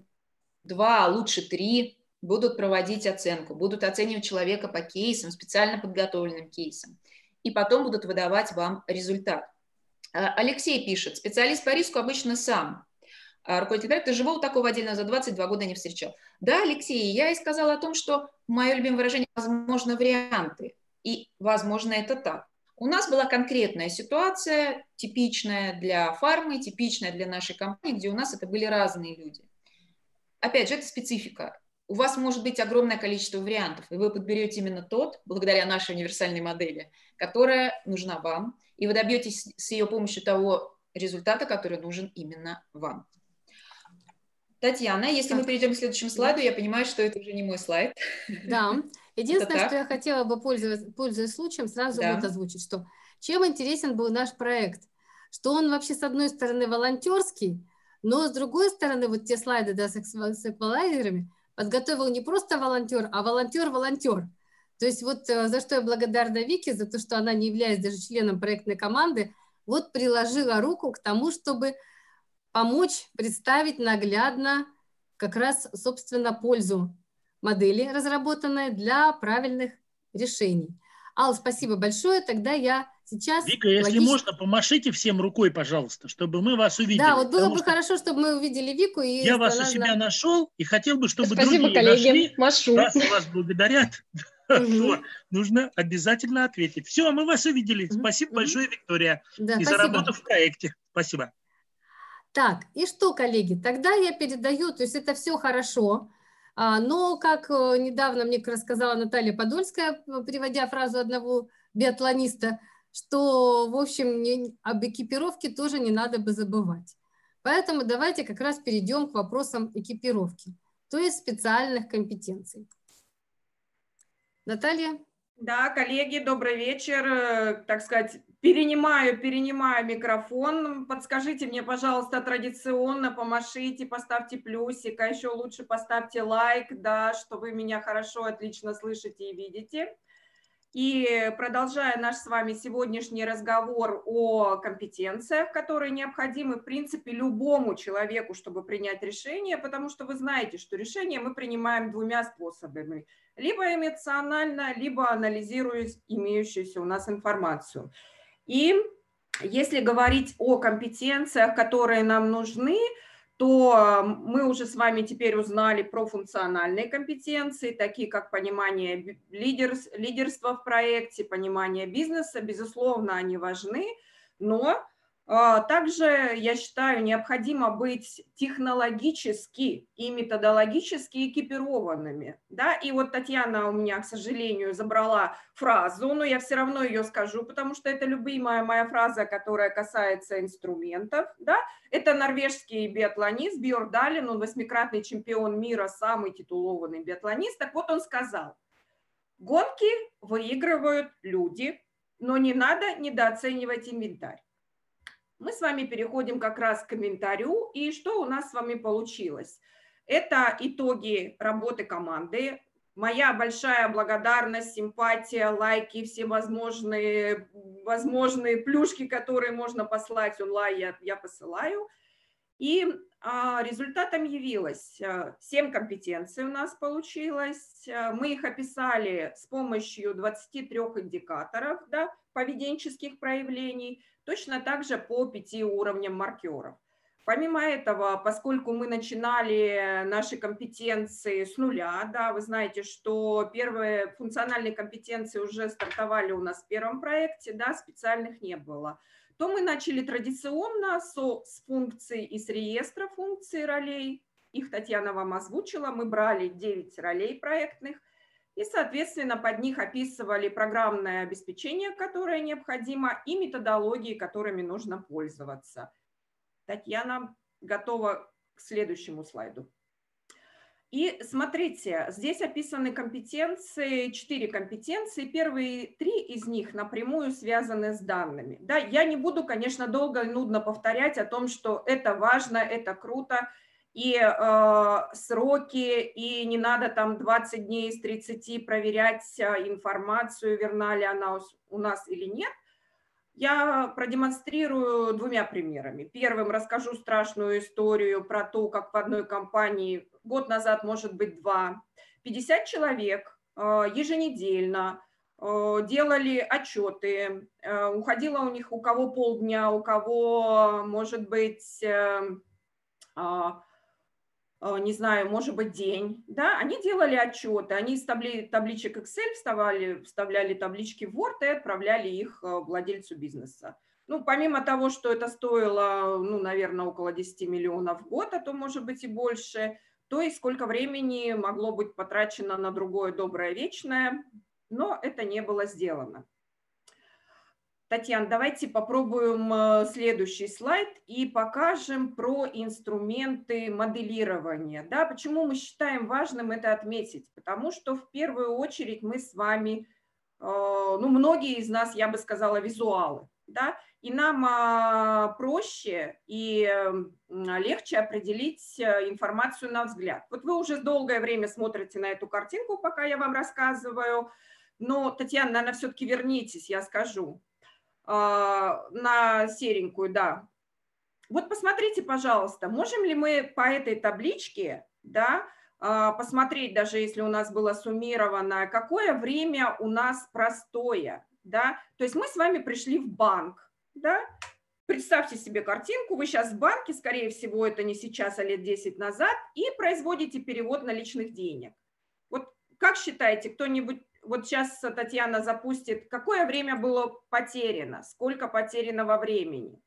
2, лучше 3, будут проводить оценку, будут оценивать человека по кейсам, специально подготовленным кейсам, и потом будут выдавать вам результат. Алексей пишет, специалист по риску обычно сам. Руководитель проекта, живого такого отдельно за 22 года не встречал. Да, Алексей, я и сказала о том, что мое любимое выражение «возможно варианты», и возможно это так. У нас была конкретная ситуация, типичная для фармы, типичная для нашей компании, где у нас это были разные люди. Опять же, это специфика. У вас может быть огромное количество вариантов, и вы подберете именно тот, благодаря нашей универсальной модели, которая нужна вам, и вы добьетесь с ее помощью того результата, который нужен именно вам. Татьяна, если мы перейдем к следующему слайду, я понимаю, что это уже не мой слайд. Да. Единственное, что я хотела бы, пользуясь случаем, сразу вот озвучить, что чем интересен был наш проект, что он вообще с одной стороны волонтерский, но с другой стороны вот те слайды, да, с эквалайзерами подготовил не просто волонтер, а волонтер-волонтер. То есть вот за что я благодарна Вике, за то, что она, не являясь даже членом проектной команды, вот приложила руку к тому, чтобы помочь представить наглядно как раз, собственно, пользу модели, разработанной для правильных решений. Алла, спасибо большое. Тогда я сейчас... Вика, если можно, помашите всем рукой, пожалуйста, чтобы мы вас увидели. Да, вот было бы хорошо, чтобы мы увидели Вику. И я вас у себя нашел и хотел бы, чтобы спасибо, другие коллеги. нашли. Машу. Раз вас благодарят, то нужно обязательно ответить. Все, мы вас увидели. Спасибо большое, Виктория. И за работу в проекте. Спасибо. Так, и что, коллеги, тогда я передаю, то есть это все хорошо, но, как недавно мне рассказала Наталья Подольская, приводя фразу одного биатлониста, что, в общем, об экипировке тоже не надо бы забывать. Поэтому давайте как раз перейдем к вопросам экипировки, то есть специальных компетенций. Наталья? Да, коллеги, добрый вечер. Так сказать, перенимаю микрофон. Подскажите мне, пожалуйста, традиционно, помашите, поставьте плюсик, а еще лучше поставьте лайк, да, что вы меня хорошо, отлично слышите и видите. И продолжая наш с вами сегодняшний разговор о компетенциях, которые необходимы, в принципе, любому человеку, чтобы принять решение, потому что вы знаете, что решение мы принимаем двумя способами. Либо эмоционально, либо анализируя имеющуюся у нас информацию. И если говорить о компетенциях, которые нам нужны, то мы уже с вами теперь узнали про функциональные компетенции, такие как понимание лидерства в проекте, понимание бизнеса. Безусловно, они важны, но также, я считаю, необходимо быть технологически и методологически экипированными. Да? И вот Татьяна у меня, к сожалению, забрала фразу, но я все равно ее скажу, потому что это любимая моя фраза, которая касается инструментов. Да? Это норвежский биатлонист Бьордален, он 8-кратный чемпион мира, самый титулованный биатлонист. Так вот он сказал: гонки выигрывают люди, но не надо недооценивать инвентарь. Мы с вами переходим как раз к комментарию. И что у нас с вами получилось? Это итоги работы команды. Моя большая благодарность, симпатия, лайки, все возможные плюшки, которые можно послать онлайн, я посылаю. И результатом явилось 7 компетенций у нас получилось. Мы их описали с помощью 23 индикаторов, да, поведенческих проявлений, точно так же по 5 уровням маркеров. Помимо этого, поскольку мы начинали наши компетенции с нуля, да, вы знаете, что первые функциональные компетенции уже стартовали у нас в первом проекте, да, специальных не было, то мы начали традиционно с функций и с реестра функций ролей. Их Татьяна вам озвучила. Мы брали 9 ролей проектных и, соответственно, под них описывали программное обеспечение, которое необходимо, и методологии, которыми нужно пользоваться. Татьяна готова к следующему слайду. И смотрите, здесь описаны компетенции, 4 компетенции. Первые 3 из них напрямую связаны с данными. Да, я не буду, конечно, долго и нудно повторять о том, что это важно, это круто, и сроки, и не надо там 20 дней из 30 проверять информацию, верна ли она у нас или нет. Я продемонстрирую 2 примерами. Первым расскажу страшную историю про то, как в одной компании год назад, может быть, 2, 50 человек еженедельно делали отчеты. Уходило у них у кого полдня, у кого, может быть, не знаю, может быть, день, да, они делали отчеты, они из табличек Excel вставляли таблички в Word и отправляли их владельцу бизнеса. Ну, помимо того, что это стоило, ну, наверное, около 10 миллионов в год, а то, может быть, и больше, то и сколько времени могло быть потрачено на другое доброе вечное, но это не было сделано. Татьяна, давайте попробуем следующий слайд и покажем про инструменты моделирования. Да, почему мы считаем важным это отметить? Потому что в первую очередь мы с вами, ну, многие из нас, я бы сказала, визуалы, да, и нам проще и легче определить информацию на взгляд. Вот вы уже долгое время смотрите на эту картинку, пока я вам рассказываю, но, Татьяна, наверное, все-таки вернитесь, я скажу. На серенькую, да. Вот посмотрите, пожалуйста, можем ли мы по этой табличке, да, посмотреть, даже если у нас было суммировано, какое время у нас простое, да. То есть мы с вами пришли в банк, да. Представьте себе картинку, вы сейчас в банке, скорее всего, это не сейчас, а лет 10 назад, и производите перевод наличных денег. Вот как считаете, кто-нибудь... Вот сейчас Татьяна запустит. Какое время было потеряно? Сколько потерянного времени?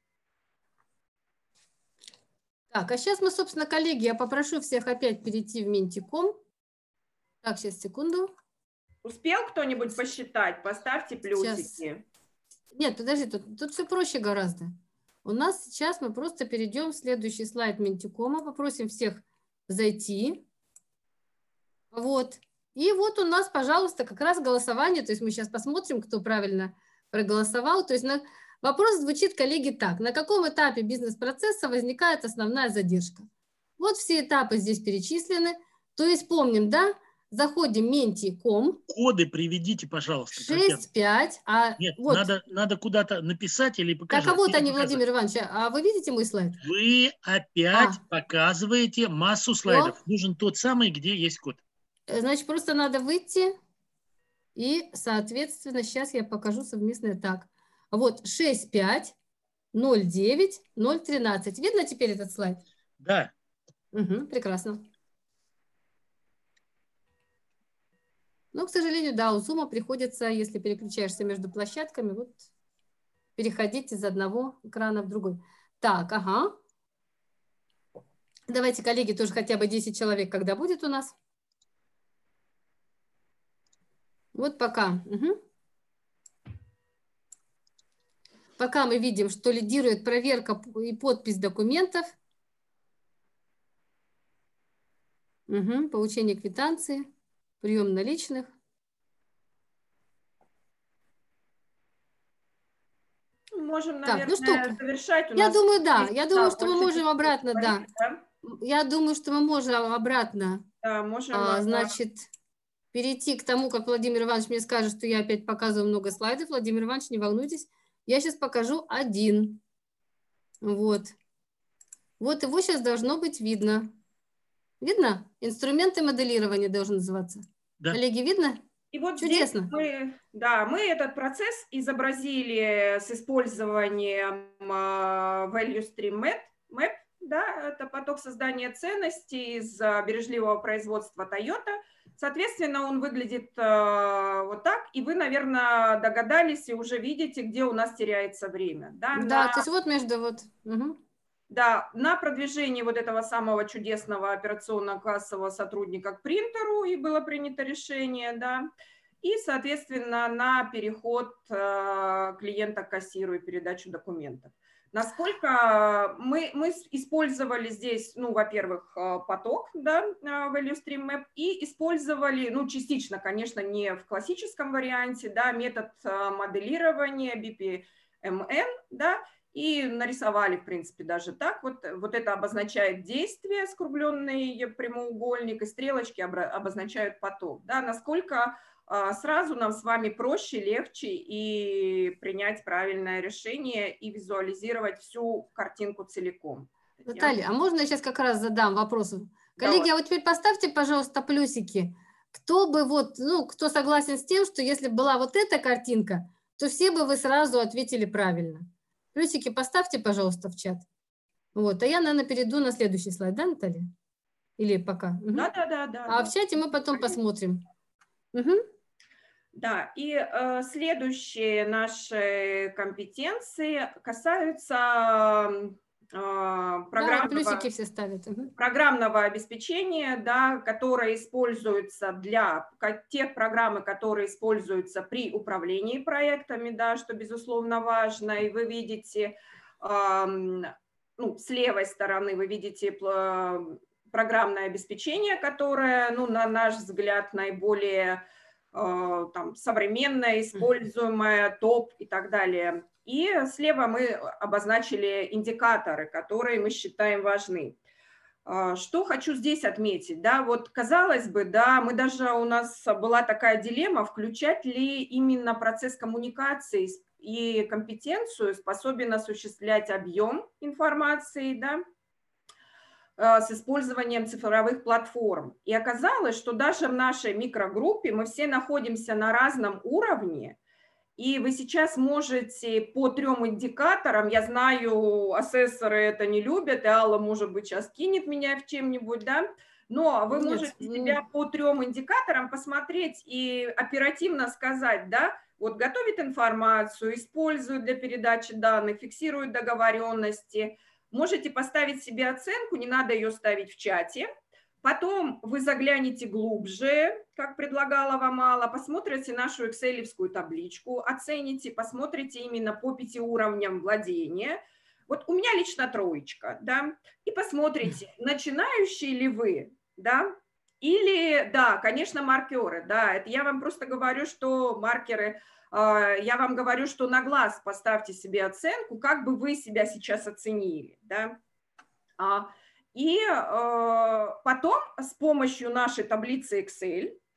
Так, а сейчас мы, собственно, коллеги, я попрошу всех опять перейти в Mentiqom. Так, сейчас, секунду. Успел кто-нибудь посчитать? Поставьте плюсики. Сейчас. Нет, подожди, тут все проще гораздо. У нас сейчас мы просто перейдем в следующий слайд Mentiqom. Попросим всех зайти. Вот. И вот у нас, пожалуйста, как раз голосование, то есть мы сейчас посмотрим, кто правильно проголосовал. То есть вопрос звучит, коллеги, так. На каком этапе бизнес-процесса возникает основная задержка? Вот все этапы здесь перечислены. То есть помним, да, заходим menti.com, Коды приведите, пожалуйста, Татьяна. 65, Нет, вот. надо куда-то написать или показать. Так, а вот или они, показать. Владимир Иванович, а вы видите мой слайд? Вы опять показываете массу слайдов. Нужен тот самый, где есть код. Значит, просто надо выйти и, соответственно, сейчас я покажу совместное так. Вот 65 09 013. Видно теперь этот слайд? Да. Угу, прекрасно. Но, к сожалению, да, у Zoom приходится, если переключаешься между площадками, вот переходить из одного экрана в другой. Так, ага. Давайте, коллеги, тоже хотя бы 10 человек, когда будет у нас. Вот пока. Угу. Пока мы видим, что лидирует проверка и подпись документов. Угу. Получение квитанции, прием наличных. Можем, Так, ну наверное, что, завершать. Я думаю, да. Я думаю, что мы больше можем обратно, да. да? Я думаю, что мы можем обратно, Да, можем. значит, перейти к тому, как Владимир Иванович мне скажет, что я опять показываю много слайдов. Владимир Иванович, не волнуйтесь. Я сейчас покажу один. Вот. Вот его сейчас должно быть видно. Видно? Инструменты моделирования должен называться. Да. Коллеги, видно? И вот чудесно. Здесь мы этот процесс изобразили с использованием Value Stream Map. Да, это поток создания ценностей из бережливого производства Toyota. Соответственно, он выглядит вот так, и вы, наверное, догадались и уже видите, где у нас теряется время. Да, то есть вот между вот. Угу. Да, на продвижение вот этого самого чудесного операционно-кассового сотрудника к принтеру и было принято решение, да, и, соответственно, на переход клиента к кассиру и передачу документов. Насколько мы использовали здесь, ну, во-первых, поток, да, Value Stream Map, и использовали, ну, частично, конечно, не в классическом варианте, да, метод моделирования BPMN, да, и нарисовали, в принципе, даже так. Вот это обозначает действие, скругленный прямоугольник, и стрелочки обозначают поток. Да, насколько сразу нам с вами проще, легче и принять правильное решение и визуализировать всю картинку целиком. Наталья, а можно я сейчас как раз задам вопрос? Коллеги, а вот теперь поставьте, пожалуйста, плюсики. Кто бы вот, ну, кто согласен с тем, что если была вот эта картинка, то все бы вы сразу ответили правильно. Плюсики поставьте, пожалуйста, в чат. Вот, а я, наверное, перейду на следующий слайд, да, Наталья? Или пока? Угу. Да. В чате мы потом посмотрим. Угу. Да, и следующие наши компетенции касаются плюсики все ставят. Программного обеспечения, да, которое используется для тех программы, которые используются при управлении проектами, да, что безусловно важно. И вы видите, ну, с левой стороны вы видите программное обеспечение, которое, ну, на наш взгляд, наиболее там, современное, используемое, топ и так далее. И слева мы обозначили индикаторы, которые мы считаем важны. Что хочу здесь отметить, да, вот казалось бы, да, у нас была такая дилемма, включать ли именно процесс коммуникации и компетенцию способен осуществлять объем информации, да, с использованием цифровых платформ. И оказалось, что даже в нашей микрогруппе мы все находимся на разном уровне, и вы сейчас можете по 3 индикаторам, я знаю, асессоры это не любят, и Алла, может быть, сейчас кинет меня в чем-нибудь, да, но вы можете себя по 3 индикаторам посмотреть и оперативно сказать, да, вот готовит информацию, использует для передачи данных, фиксирует договоренности. Можете поставить себе оценку, не надо ее ставить в чате. Потом вы заглянете глубже, как предлагала вам Алла, посмотрите нашу экселевскую табличку, оцените, посмотрите именно по 5 уровням владения. Вот у меня лично 3, да, и посмотрите, начинающие ли вы, да, или, да, конечно, маркеры, да, это я вам просто говорю, что маркеры, я вам говорю, что на глаз поставьте себе оценку, как бы вы себя сейчас оценили, да. И потом с помощью нашей таблицы Excel,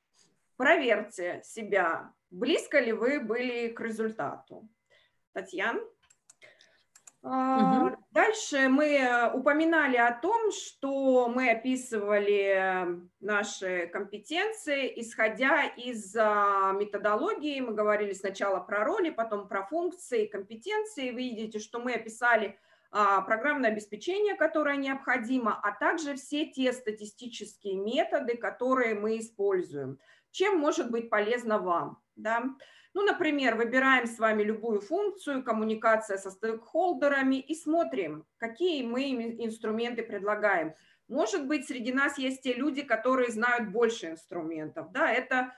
проверьте себя, близко ли вы были к результату. Татьяна? Дальше мы упоминали о том, что мы описывали наши компетенции, исходя из методологии. Мы говорили сначала про роли, потом про функции, компетенции. Вы видите, что мы описали программное обеспечение, которое необходимо, а также все те статистические методы, которые мы используем. Чем может быть полезно вам? Да? Ну, например, выбираем с вами любую функцию, коммуникация со стейкхолдерами и смотрим, какие мы им инструменты предлагаем. Может быть, среди нас есть те люди, которые знают больше инструментов. Да, это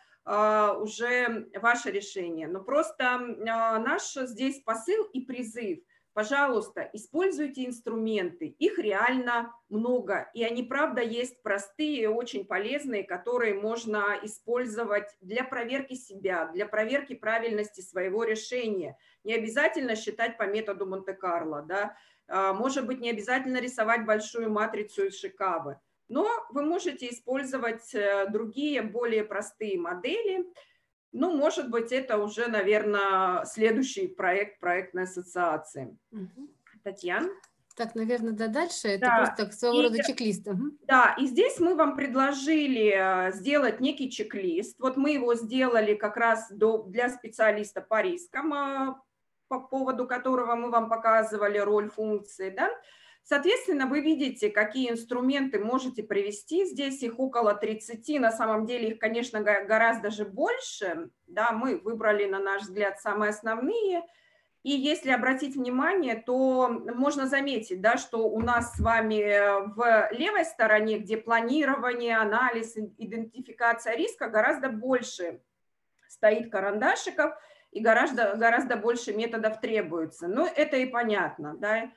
уже ваше решение. Но просто наш здесь посыл и призыв. Пожалуйста, используйте инструменты, их реально много, и они, правда, есть простые, очень полезные, которые можно использовать для проверки себя, для проверки правильности своего решения. Не обязательно считать по методу Монте-Карло, да? Может быть, не обязательно рисовать большую матрицу из Шикавы, но вы можете использовать другие, более простые модели. Ну, может быть, это уже, наверное, следующий проект проектной ассоциации. Татьяна? Так, наверное, да, дальше. Это просто своего рода чек-лист. Да, и здесь мы вам предложили сделать некий чек-лист. Вот мы его сделали как раз для специалиста по рискам, по поводу которого мы вам показывали роль функции, да. Соответственно, вы видите, какие инструменты можете привести. Здесь их около 30, на самом деле их, конечно, гораздо же больше. Да, мы выбрали, на наш взгляд, самые основные. И если обратить внимание, то можно заметить, да, что у нас с вами в левой стороне, где планирование, анализ, идентификация риска, гораздо больше стоит карандашиков и гораздо больше методов требуется. Но это и понятно, да,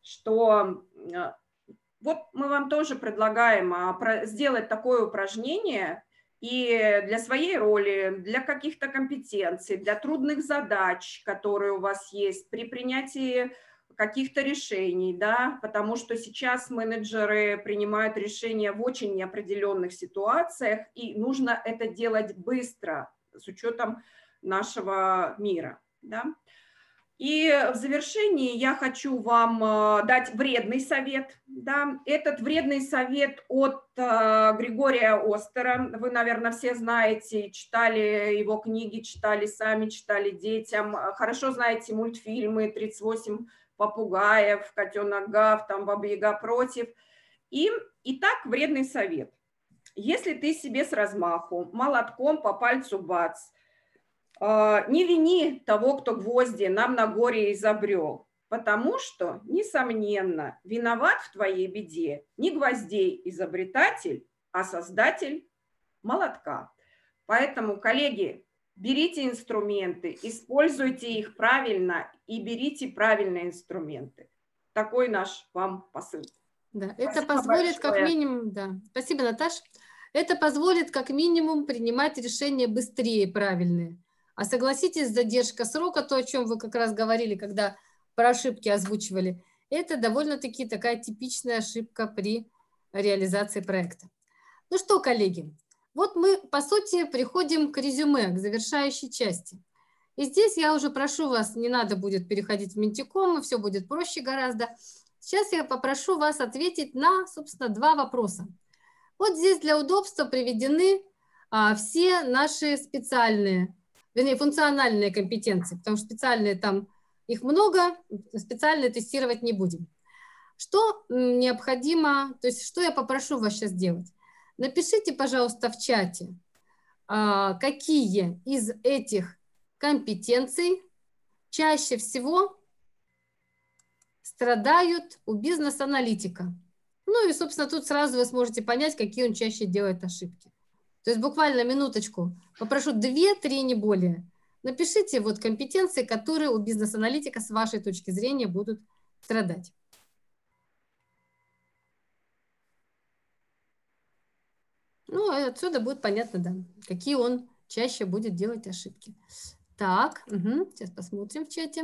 что вот мы вам тоже предлагаем сделать такое упражнение и для своей роли, для каких-то компетенций, для трудных задач, которые у вас есть при принятии каких-то решений, да, потому что сейчас менеджеры принимают решения в очень неопределенных ситуациях, и нужно это делать быстро с учетом нашего мира, да. И в завершении я хочу вам дать вредный совет. Да? Этот вредный совет от Григория Остера. Вы, наверное, все знаете, читали его книги, читали сами, читали детям. Хорошо знаете мультфильмы «38 попугаев», «Котенок Гав», там «Баба-Яга против». И итак, вредный совет. Если ты себе с размаху молотком по пальцу бац, не вини того, кто гвозди нам на горе изобрел, потому что, несомненно, виноват в твоей беде не гвоздей изобретатель, а создатель молотка. Поэтому, коллеги, берите инструменты, используйте их правильно и берите правильные инструменты. Такой наш вам посыл. Да, это позволит как минимум, да. Спасибо, Наташа. Это позволит как минимум принимать решения быстрее, правильные. А согласитесь, задержка срока, то, о чем вы как раз говорили, когда про ошибки озвучивали, это довольно-таки такая типичная ошибка при реализации проекта. Ну что, коллеги, вот мы, по сути, приходим к резюме, к завершающей части. И здесь я уже прошу вас, не надо будет переходить в Ментиком, все будет проще гораздо. Сейчас я попрошу вас ответить на, собственно, 2 вопроса. Вот здесь для удобства приведены все наши специальные, вернее, функциональные компетенции, потому что специальные там их много, специальные тестировать не будем. Что необходимо, то есть что я попрошу вас сейчас делать? Напишите, пожалуйста, в чате, какие из этих компетенций чаще всего страдают у бизнес-аналитика. Ну и, собственно, тут сразу вы сможете понять, какие он чаще делает ошибки. То есть буквально минуточку, попрошу 2-3, не более. Напишите вот компетенции, которые у бизнес-аналитика с вашей точки зрения будут страдать. Ну, отсюда будет понятно, да, какие он чаще будет делать ошибки. Так, сейчас посмотрим в чате.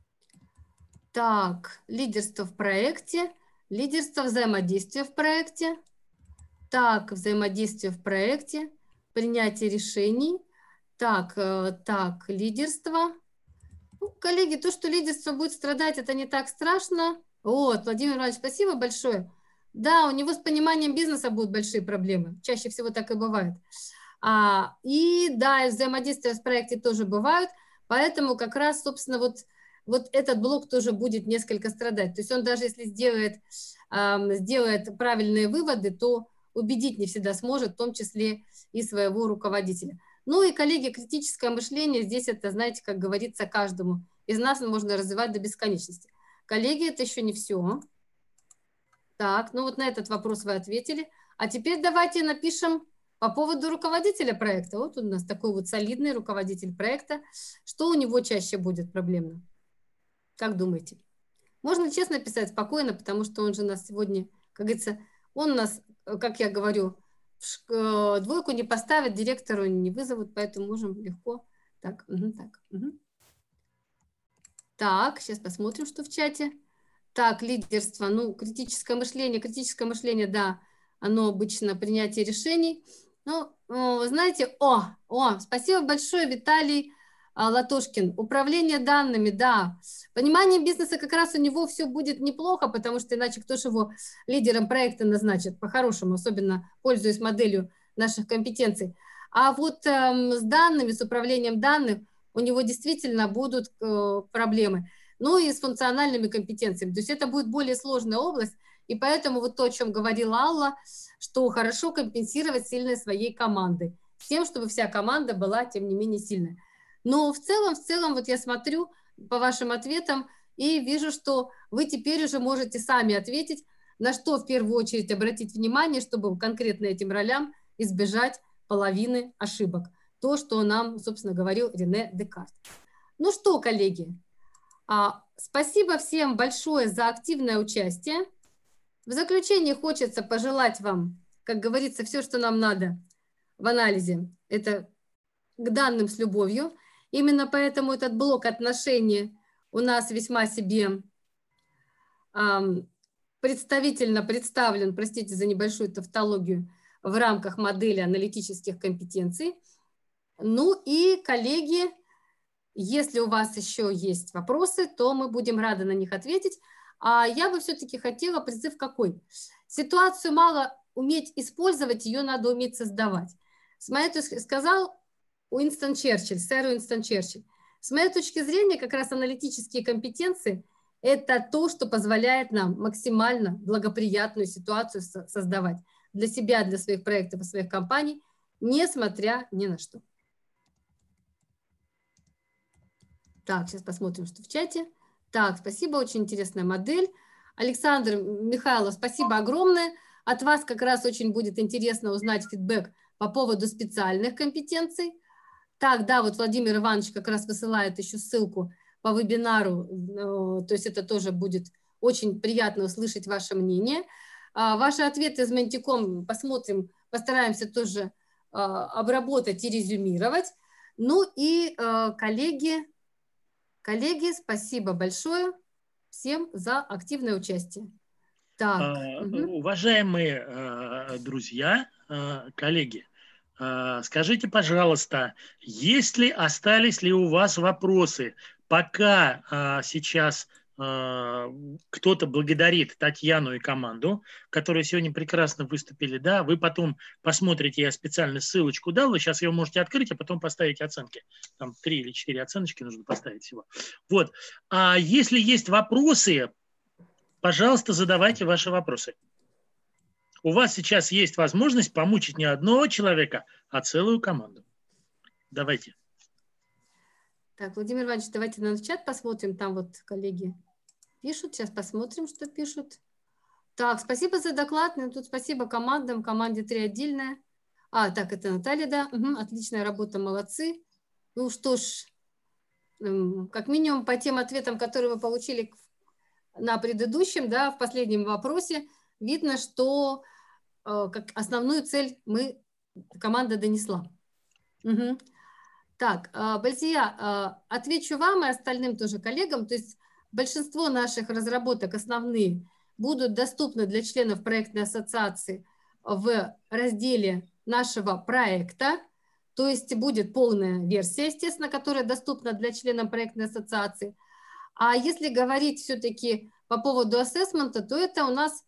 Так, лидерство в проекте, лидерство взаимодействия в проекте. Так, взаимодействие в проекте, принятие решений. Так, лидерство. Ну, коллеги, то, что лидерство будет страдать, это не так страшно. Вот, Владимир Иванович, спасибо большое. Да, у него с пониманием бизнеса будут большие проблемы. Чаще всего так и бывает. И да, взаимодействия в проекте тоже бывают. Поэтому как раз, собственно, вот этот блок тоже будет несколько страдать. То есть он даже если сделает правильные выводы, то убедить не всегда сможет, в том числе и своего руководителя. Ну и, коллеги, критическое мышление, здесь это, знаете, как говорится, каждому из нас можно развивать до бесконечности. Коллеги, это еще не все. Так, ну вот на этот вопрос вы ответили. А теперь давайте напишем по поводу руководителя проекта. Вот у нас такой вот солидный руководитель проекта. Что у него чаще будет проблемно? Как думаете? Можно честно писать, спокойно, потому что он же нас сегодня, как говорится, он нас, как я говорю, двойку не поставят, директору не вызовут, поэтому можем легко. Так, Так, сейчас посмотрим, что в чате. Так, лидерство, ну, критическое мышление, да, оно обычно принятие решений. Ну, знаете, спасибо большое, Виталий Латошкин. Управление данными, да. Понимание бизнеса как раз у него все будет неплохо, потому что иначе кто же его лидером проекта назначит, по-хорошему, особенно пользуясь моделью наших компетенций. А вот с данными, с управлением данных у него действительно будут проблемы. Ну и с функциональными компетенциями. То есть это будет более сложная область, и поэтому вот то, о чем говорила Алла, что хорошо компенсировать сильной своей командой, с тем, чтобы вся команда была, тем не менее, сильная. Но в целом, вот я смотрю по вашим ответам и вижу, что вы теперь уже можете сами ответить, на что в первую очередь обратить внимание, чтобы конкретно этим ролям избежать половины ошибок. То, что нам, собственно, говорил Рене Декарт. Ну что, коллеги, спасибо всем большое за активное участие. В заключение хочется пожелать вам, как говорится, все, что нам надо в анализе, это к данным с любовью. Именно поэтому этот блок отношений у нас весьма себе представительно представлен, простите за небольшую тавтологию, в рамках модели аналитических компетенций. Ну и, коллеги, если у вас еще есть вопросы, то мы будем рады на них ответить. А я бы все-таки хотела призыв какой? Ситуацию мало уметь использовать, ее надо уметь создавать. С моей точки сказал Уинстон Черчилль, сэр Уинстон Черчилль. С моей точки зрения, как раз аналитические компетенции – это то, что позволяет нам максимально благоприятную ситуацию создавать для себя, для своих проектов и своих компаний, несмотря ни на что. Так, сейчас посмотрим, что в чате. Так, спасибо, очень интересная модель. Александр Михайлов, спасибо огромное. От вас как раз очень будет интересно узнать фидбэк по поводу специальных компетенций. Так, да, вот Владимир Иванович как раз высылает еще ссылку по вебинару, то есть это тоже будет очень приятно услышать ваше мнение. Ваши ответы из Ментиком посмотрим, постараемся тоже обработать и резюмировать. Ну и, коллеги, спасибо большое всем за активное участие. Так, уважаемые друзья, коллеги, скажите, пожалуйста, остались ли у вас вопросы, пока сейчас кто-то благодарит Татьяну и команду, которые сегодня прекрасно выступили, да, вы потом посмотрите, я специально ссылочку дал, вы сейчас ее можете открыть, а потом поставить оценки. Там 3 или 4 оценочки нужно поставить всего. Вот. А если есть вопросы, пожалуйста, задавайте ваши вопросы. У вас сейчас есть возможность помучить не одного человека, а целую команду. Давайте. Так, Владимир Иванович, давайте на чат посмотрим, там вот коллеги пишут, сейчас посмотрим, что пишут. Так, спасибо за доклад, тут спасибо командам, команде 3 отдельная. Так, это Наталья, да, отличная работа, молодцы. Ну что ж, как минимум по тем ответам, которые вы получили на предыдущем, да, в последнем вопросе, видно, что как основную цель команда донесла. Так, Бальзия, отвечу вам и остальным тоже коллегам. То есть большинство наших разработок основные будут доступны для членов проектной ассоциации в разделе нашего проекта, то есть будет полная версия, естественно, которая доступна для членов проектной ассоциации. А если говорить все-таки по поводу ассессмента, то это у нас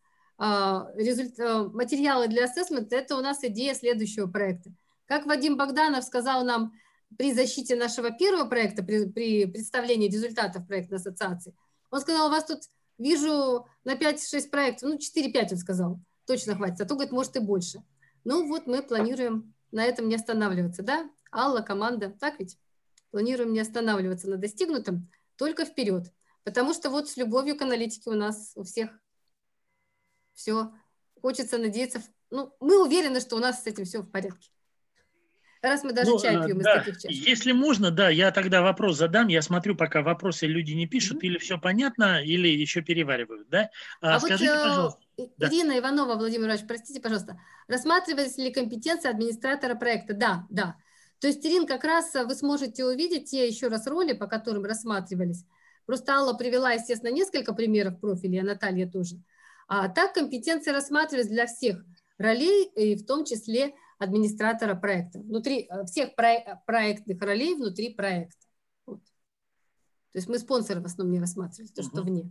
материалы для ассессмента, это у нас идея следующего проекта. Как Вадим Богданов сказал нам при защите нашего первого проекта, при представлении результатов проектной ассоциации, он сказал, у вас тут вижу на 5-6 проектов, ну 4-5 он сказал, точно хватит, а то, говорит, может и больше. Ну вот мы планируем на этом не останавливаться, да? Алла, команда, так ведь? Планируем не останавливаться на достигнутом, только вперед. Потому что вот с любовью к аналитике у нас у всех все. Хочется надеяться. Ну, мы уверены, что у нас с этим все в порядке. Раз мы даже чай пьем из таких чашек. Если можно, да, я тогда вопрос задам. Я смотрю, пока вопросы люди не пишут, или все понятно, или еще переваривают, да? Скажите, пожалуйста. Ирина Иванова, Владимир Иванович, простите, пожалуйста. Рассматривались ли компетенции администратора проекта? Да, да. То есть, Ирин, как раз вы сможете увидеть те еще раз роли, по которым рассматривались. Просто Алла привела, естественно, несколько примеров профилей, а Наталья тоже. А так компетенции рассматривались для всех ролей, и в том числе администратора проекта. Внутри всех проектных ролей внутри проекта. Вот. То есть мы спонсоров в основном не рассматривали, то, что вне.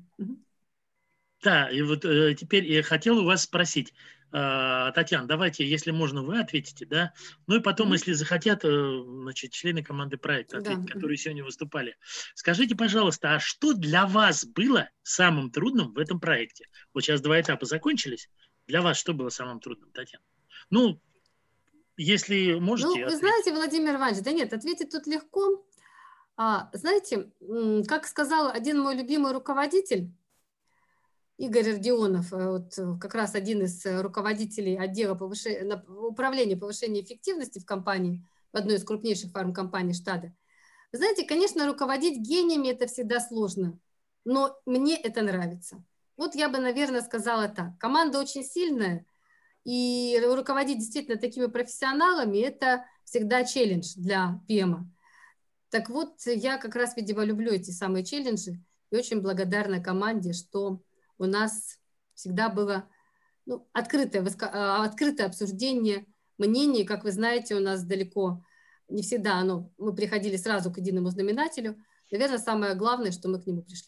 Да, и вот теперь я хотел у вас спросить, Татьяна, давайте, если можно, вы ответите, да? Ну и потом, если захотят, значит, члены команды проекта ответить, которые сегодня выступали. Скажите, пожалуйста, а что для вас было самым трудным в этом проекте? Вот сейчас 2 этапа закончились. Для вас что было самым трудным, Татьяна? Ну, если можете... Ну, вы знаете, Владимир Иванович, да нет, ответить тут легко. Знаете, как сказал один мой любимый руководитель, Игорь Родионов, вот как раз один из руководителей отдела управления повышения эффективности в компании, в одной из крупнейших фармкомпаний штата. Вы знаете, конечно, руководить гениями это всегда сложно, но мне это нравится. Вот я бы, наверное, сказала так. Команда очень сильная, и руководить действительно такими профессионалами это всегда челлендж для ПМа. Так вот, я как раз, видимо, люблю эти самые челленджи и очень благодарна команде, что у нас всегда было открытое обсуждение мнений. Как вы знаете, у нас далеко не всегда мы приходили сразу к единому знаменателю. Наверное, самое главное, что мы к нему пришли.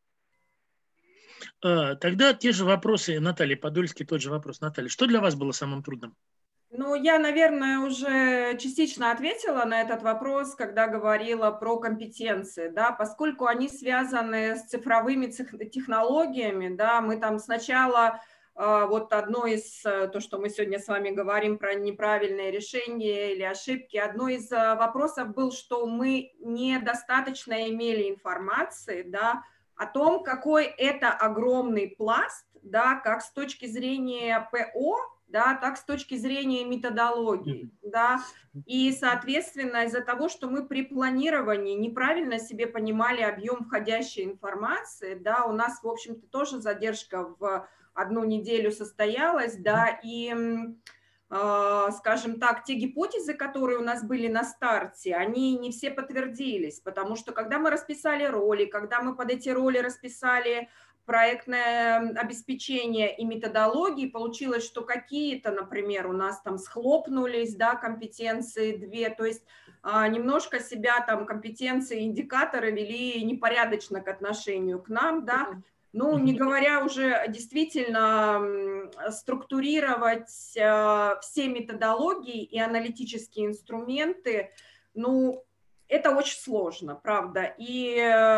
Тогда те же вопросы, Наталья Подольский, тот же вопрос. Наталья, что для вас было самым трудным? Ну, я, наверное, уже частично ответила на этот вопрос, когда говорила про компетенции, да, поскольку они связаны с цифровыми технологиями, да, мы там сначала, вот одно из, то, что мы сегодня с вами говорим про неправильные решения или ошибки, одно из вопросов был, что мы недостаточно имели информации, да, о том, какой это огромный пласт, да, как с точки зрения ПО, да, так с точки зрения методологии, да, и, соответственно, из-за того, что мы при планировании неправильно себе понимали объем входящей информации, да, у нас, в общем-то, тоже задержка в 1 неделю состоялась, да, и, скажем так, те гипотезы, которые у нас были на старте, они не все подтвердились, потому что, когда мы расписали роли, когда мы под эти роли расписали проектное обеспечение и методологии, получилось, что какие-то, например, у нас там схлопнулись, да, компетенции 2, то есть немножко себя там компетенции, индикаторы вели непорядочно к отношению к нам, да, ну, не говоря уже действительно структурировать все методологии и аналитические инструменты, ну, это очень сложно, правда, и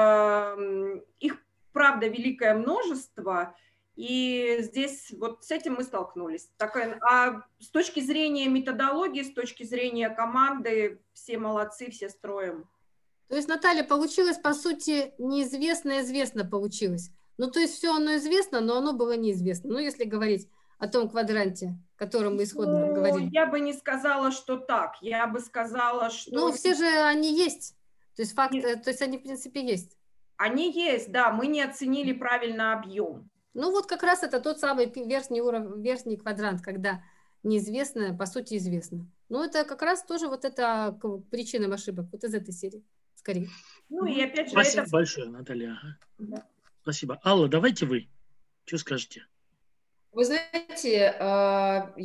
их правда великое множество, и здесь вот с этим мы столкнулись. А с точки зрения методологии, с точки зрения команды, все молодцы, все строим. То есть, Наталья, получилось, по сути, неизвестно, известно получилось. Ну, то есть все оно известно, но оно было неизвестно. Ну, если говорить о том квадранте, о котором мы исходно говорили. Я бы не сказала, что так. Я бы сказала, что... Ну, все же они есть. То есть, то есть они, в принципе, есть. Они есть, да, мы не оценили правильно объем. Ну вот как раз это тот самый верхний квадрант, когда неизвестное, по сути, известно. Ну это как раз тоже вот это причинам ошибок, вот из этой серии, скорее. Ну и опять же... Спасибо большое, Наталья. Да. Спасибо. Алла, давайте вы. Что скажете? Вы знаете, я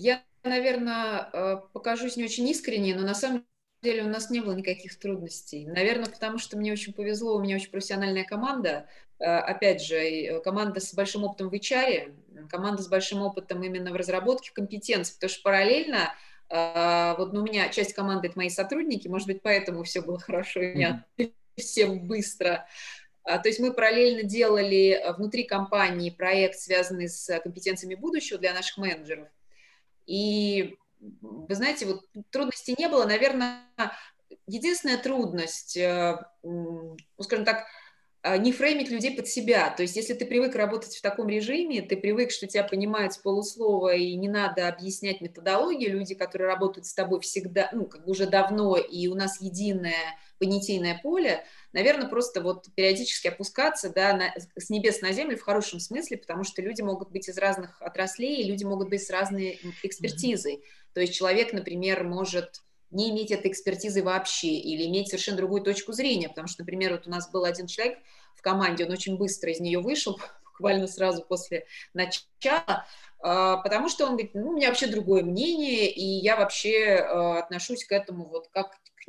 наверное, покажусь не очень искренней, но на самом деле у нас не было никаких трудностей. Наверное, потому что мне очень повезло, у меня очень профессиональная команда. Опять же, команда с большим опытом в HR, команда с большим опытом именно в разработке компетенций, потому что параллельно, вот у меня часть команды — это мои сотрудники, может быть, поэтому все было хорошо и не всем быстро. То есть мы параллельно делали внутри компании проект, связанный с компетенциями будущего для наших менеджеров. И вы знаете, вот трудностей не было. Наверное, единственная трудность, скажем так, не фреймить людей под себя. То есть если ты привык работать в таком режиме, ты привык, что тебя понимают с полуслова и не надо объяснять методологию, люди, которые работают с тобой всегда, как бы уже давно, и у нас единое понятийное поле, наверное, просто вот периодически опускаться, да, с небес на землю в хорошем смысле, потому что люди могут быть из разных отраслей, и люди могут быть с разной экспертизой. То есть человек, например, может не иметь этой экспертизы вообще или иметь совершенно другую точку зрения, потому что, например, вот у нас был один человек в команде, он очень быстро из нее вышел, буквально сразу после начала, потому что он говорит, у меня вообще другое мнение, и я вообще отношусь к этому вот как к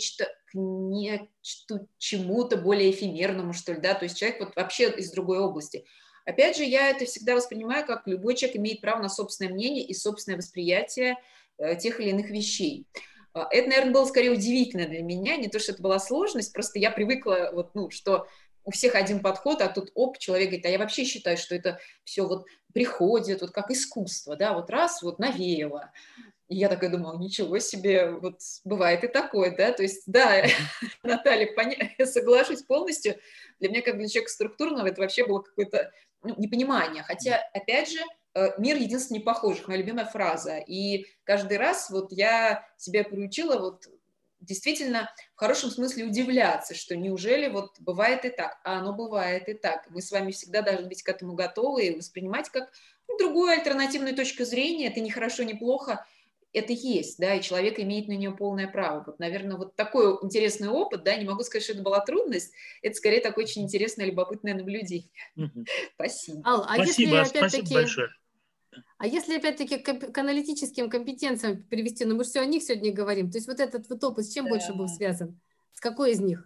чему-то более эфемерному, что ли, да, то есть человек вот вообще из другой области. Опять же, я это всегда воспринимаю, как любой человек имеет право на собственное мнение и собственное восприятие тех или иных вещей. Это, наверное, было скорее удивительно для меня, не то, что это была сложность, просто я привыкла, вот, что у всех один подход, а тут человек говорит, а я вообще считаю, что это все вот приходит, вот как искусство, да, вот раз, вот навеяло. И я такая думала, ничего себе, вот бывает и такое, да, то есть, да, Наталья, я соглашусь полностью, для меня, как для человека структурного, это вообще было какое-то непонимание, хотя, опять же, мир единственно непохожих, моя любимая фраза, и каждый раз вот я себя приучила вот действительно в хорошем смысле удивляться, что неужели вот бывает и так, а оно бывает и так. Мы с вами всегда должны быть к этому готовы и воспринимать как другую альтернативную точку зрения, это не хорошо, не плохо, это есть, да, и человек имеет на нее полное право. Вот, наверное, вот такой интересный опыт, да, не могу сказать, что это была трудность, это скорее такое очень интересное, любопытное наблюдение. Спасибо. Ал, спасибо большое. А если опять-таки к аналитическим компетенциям перевести, мы же все о них сегодня говорим, то есть вот этот вот опыт с чем больше был связан? С какой из них?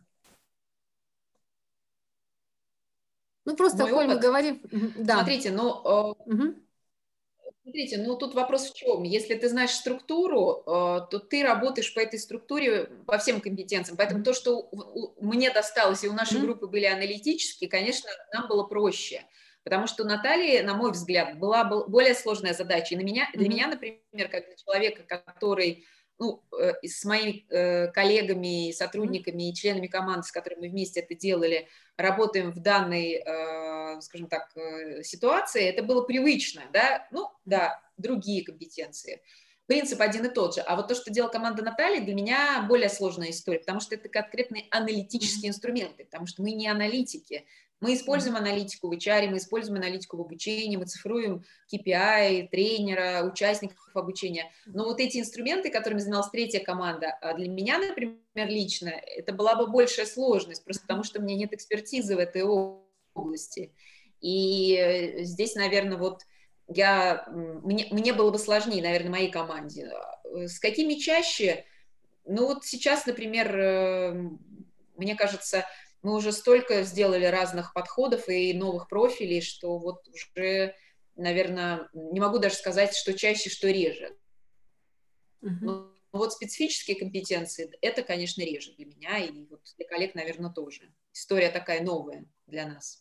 Просто, коль мы говорим... Да. Смотрите, тут вопрос в чем? Если ты знаешь структуру, то ты работаешь по этой структуре по всем компетенциям. Поэтому то, что мне досталось, и у нашей группы были аналитические, конечно, нам было проще. Потому что у Натальи, на мой взгляд, была более сложная задача. И для меня, например, как для человека, который с моими коллегами, сотрудниками и членами команды, с которыми мы вместе это делали, работаем в данной, скажем так, ситуации, это было привычно, да, другие компетенции. Принцип один и тот же. А вот то, что делала команда Натальи, для меня более сложная история, потому что это конкретные аналитические инструменты, потому что мы не аналитики. Мы используем аналитику в HR, мы используем аналитику в обучении, мы цифруем KPI, тренера, участников обучения. Но вот эти инструменты, которыми занималась третья команда, для меня, например, лично, это была бы большая сложность, просто потому что у меня нет экспертизы в этой области. И здесь, наверное, вот мне было бы сложнее, наверное, моей команде. С какими чаще? Вот сейчас, например, мне кажется, мы уже столько сделали разных подходов и новых профилей, что вот уже, наверное, не могу даже сказать, что чаще, что реже. Но вот специфические компетенции, это, конечно, реже для меня, и вот для коллег, наверное, тоже. История такая новая для нас.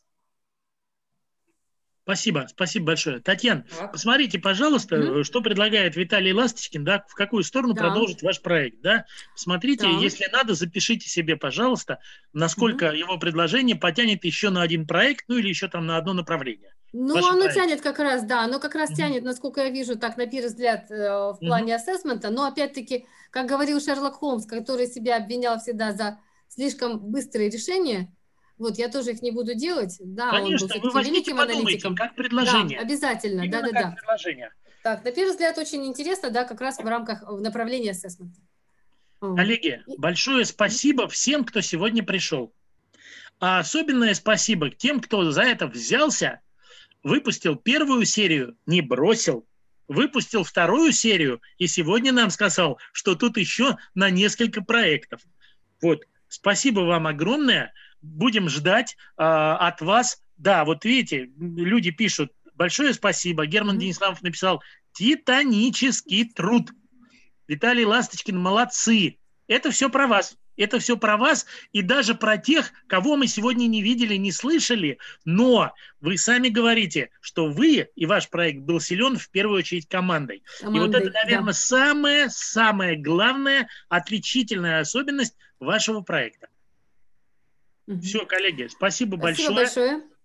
Спасибо большое. Татьяна, посмотрите, пожалуйста, что предлагает Виталий Ласточкин, да, в какую сторону продолжить ваш проект, да. Посмотрите, если надо, запишите себе, пожалуйста, насколько его предложение потянет еще на один проект, или еще там на одно направление. Оно тянет как раз, да, оно как раз тянет, насколько я вижу, так, на первый взгляд, в плане ассессмента, но опять-таки, как говорил Шерлок Холмс, который себя обвинял всегда за слишком быстрые решения, вот, я тоже их не буду делать. Да, конечно, он был вы великим аналитиком. Как предложение. Да, обязательно, именно да. Предложение. Так, на первый взгляд очень интересно, да, как раз в рамках направления ассессмента. Коллеги, большое спасибо всем, кто сегодня пришел. А особенное спасибо тем, кто за это взялся, выпустил первую серию, не бросил, выпустил вторую серию, и сегодня нам сказал, что тут еще на несколько проектов. Вот, спасибо вам огромное. Будем ждать от вас. Да, вот видите, люди пишут, большое спасибо. Герман Дениславов написал, титанический труд. Виталий Ласточкин, молодцы. Это все про вас. Это все про вас и даже про тех, кого мы сегодня не видели, не слышали, но вы сами говорите, что вы и ваш проект был силен в первую очередь командой. И вот это, наверное, самая главная отличительная особенность вашего проекта. Все, коллеги, спасибо большое. Спасибо большое.